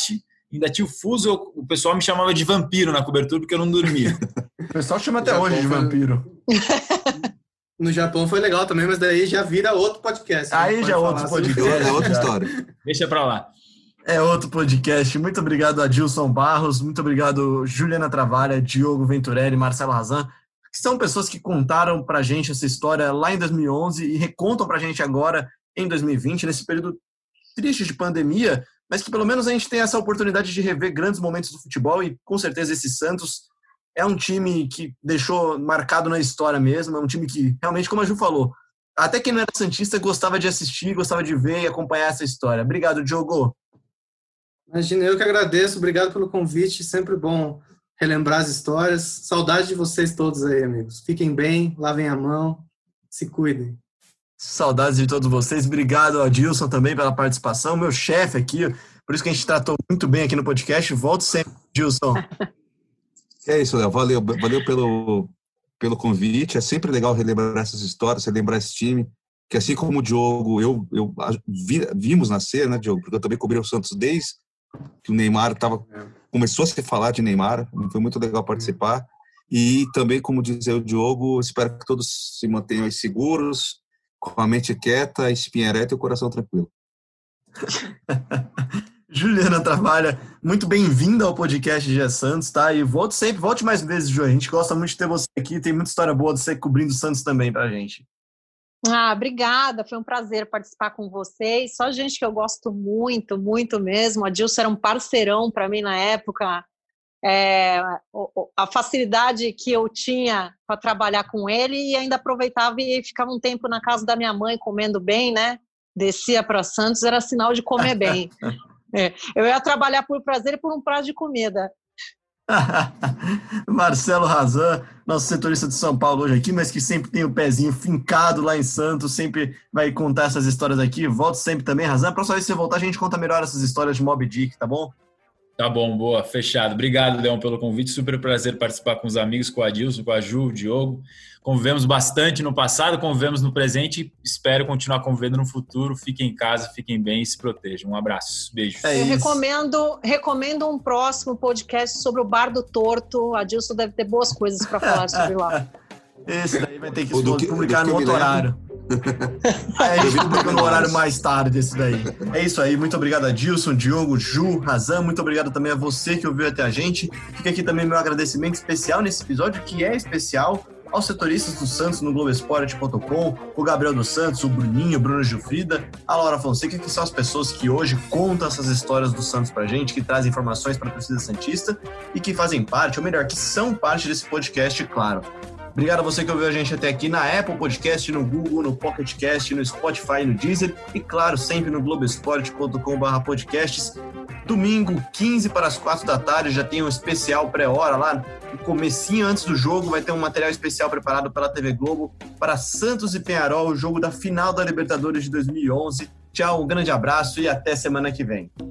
Ainda tinha o fuso, o pessoal me chamava de vampiro na cobertura porque eu não dormia. O pessoal chama até hoje de vampiro. No Japão foi legal também, mas daí já vira outro podcast. Aí já é outro podcast. É outra história. Deixa pra lá. É outro podcast. Muito obrigado, Adilson Barros. Muito obrigado, Juliana Travalha, Diogo Venturelli, Marcelo Razan, que são pessoas que contaram pra gente essa história lá em 2011 e recontam pra gente agora em 2020, nesse período triste de pandemia, mas que pelo menos a gente tem essa oportunidade de rever grandes momentos do futebol e com certeza esse Santos é um time que deixou marcado na história mesmo, é um time que realmente, como a Ju falou, até quem não era santista gostava de assistir, gostava de ver e acompanhar essa história. Obrigado, Diogo. Imagina, eu que agradeço, obrigado pelo convite, sempre bom relembrar as histórias. Saudade de vocês todos aí, amigos. Fiquem bem, lavem a mão, se cuidem. Saudades de todos vocês. Obrigado, Adilson, também pela participação. Meu chefe aqui, por isso que a gente tratou muito bem aqui no podcast. Volto sempre, Adilson. É isso, Léo. Valeu pelo convite. É sempre legal relembrar essas histórias, relembrar esse time, que assim como o Diogo, vimos nascer, né, Diogo? Porque eu também cobri o Santos desde que o Neymar começou a se falar de Neymar. Foi muito legal participar. E também, como dizia o Diogo, espero que todos se mantenham aí seguros, com a mente quieta, a espinha ereta e o coração tranquilo. Juliana Travalha, muito bem-vinda ao podcast GE Santos, tá? E volte mais vezes, Ju. A gente gosta muito de ter você aqui, tem muita história boa de você cobrindo o Santos também pra gente. Obrigada, foi um prazer participar com vocês. Só gente que eu gosto muito, muito mesmo. A Adilson era um parceirão para mim na época. A facilidade que eu tinha para trabalhar com ele e ainda aproveitava e ficava um tempo na casa da minha mãe comendo bem, né? Descia para Santos, era sinal de comer bem. Eu ia trabalhar por prazer e por um prazo de comida. Marcelo Razan, nosso setorista de São Paulo hoje aqui, mas que sempre tem o pezinho fincado lá em Santos, sempre vai contar essas histórias aqui. Volto sempre também, Razan. Próxima vez que você voltar, a gente conta melhor essas histórias de Moby Dick, tá bom? Tá bom, boa, fechado. Obrigado, Leão, pelo convite. Super prazer participar com os amigos, com a Adilson, com a Ju, o Diogo. Convivemos bastante no passado, convivemos no presente e espero continuar convivendo no futuro. Fiquem em casa, fiquem bem e se protejam. Um abraço, beijo. Eu recomendo um próximo podcast sobre o Bar do Torto. A Adilson deve ter boas coisas para falar sobre lá. Esse daí vai ter que publicar no outro horário. Aí a gente publica no horário mais tarde esse daí. É isso aí, muito obrigado a Adilson, Diogo, Ju, Razan, muito obrigado também a você que ouviu até a gente. Fica aqui também meu agradecimento especial nesse episódio, que é especial aos setoristas do Santos no Globoesporte.com, o Gabriel dos Santos, o Bruninho, o Bruno Gilfrida, a Laura Fonseca, que são as pessoas que hoje contam essas histórias do Santos pra gente, que trazem informações para a torcida santista e que fazem parte, ou melhor, que são parte desse podcast, claro. Obrigado a você que ouviu a gente até aqui na Apple Podcast, no Google, no Pocket Cast, no Spotify, no Deezer e, claro, sempre no Globoesporte.com/podcasts. Domingo, 15 para as 4 da tarde, já tem um especial pré-hora lá, no comecinho antes do jogo, vai ter um material especial preparado pela TV Globo para Santos e Peñarol, o jogo da final da Libertadores de 2011. Tchau, um grande abraço e até semana que vem.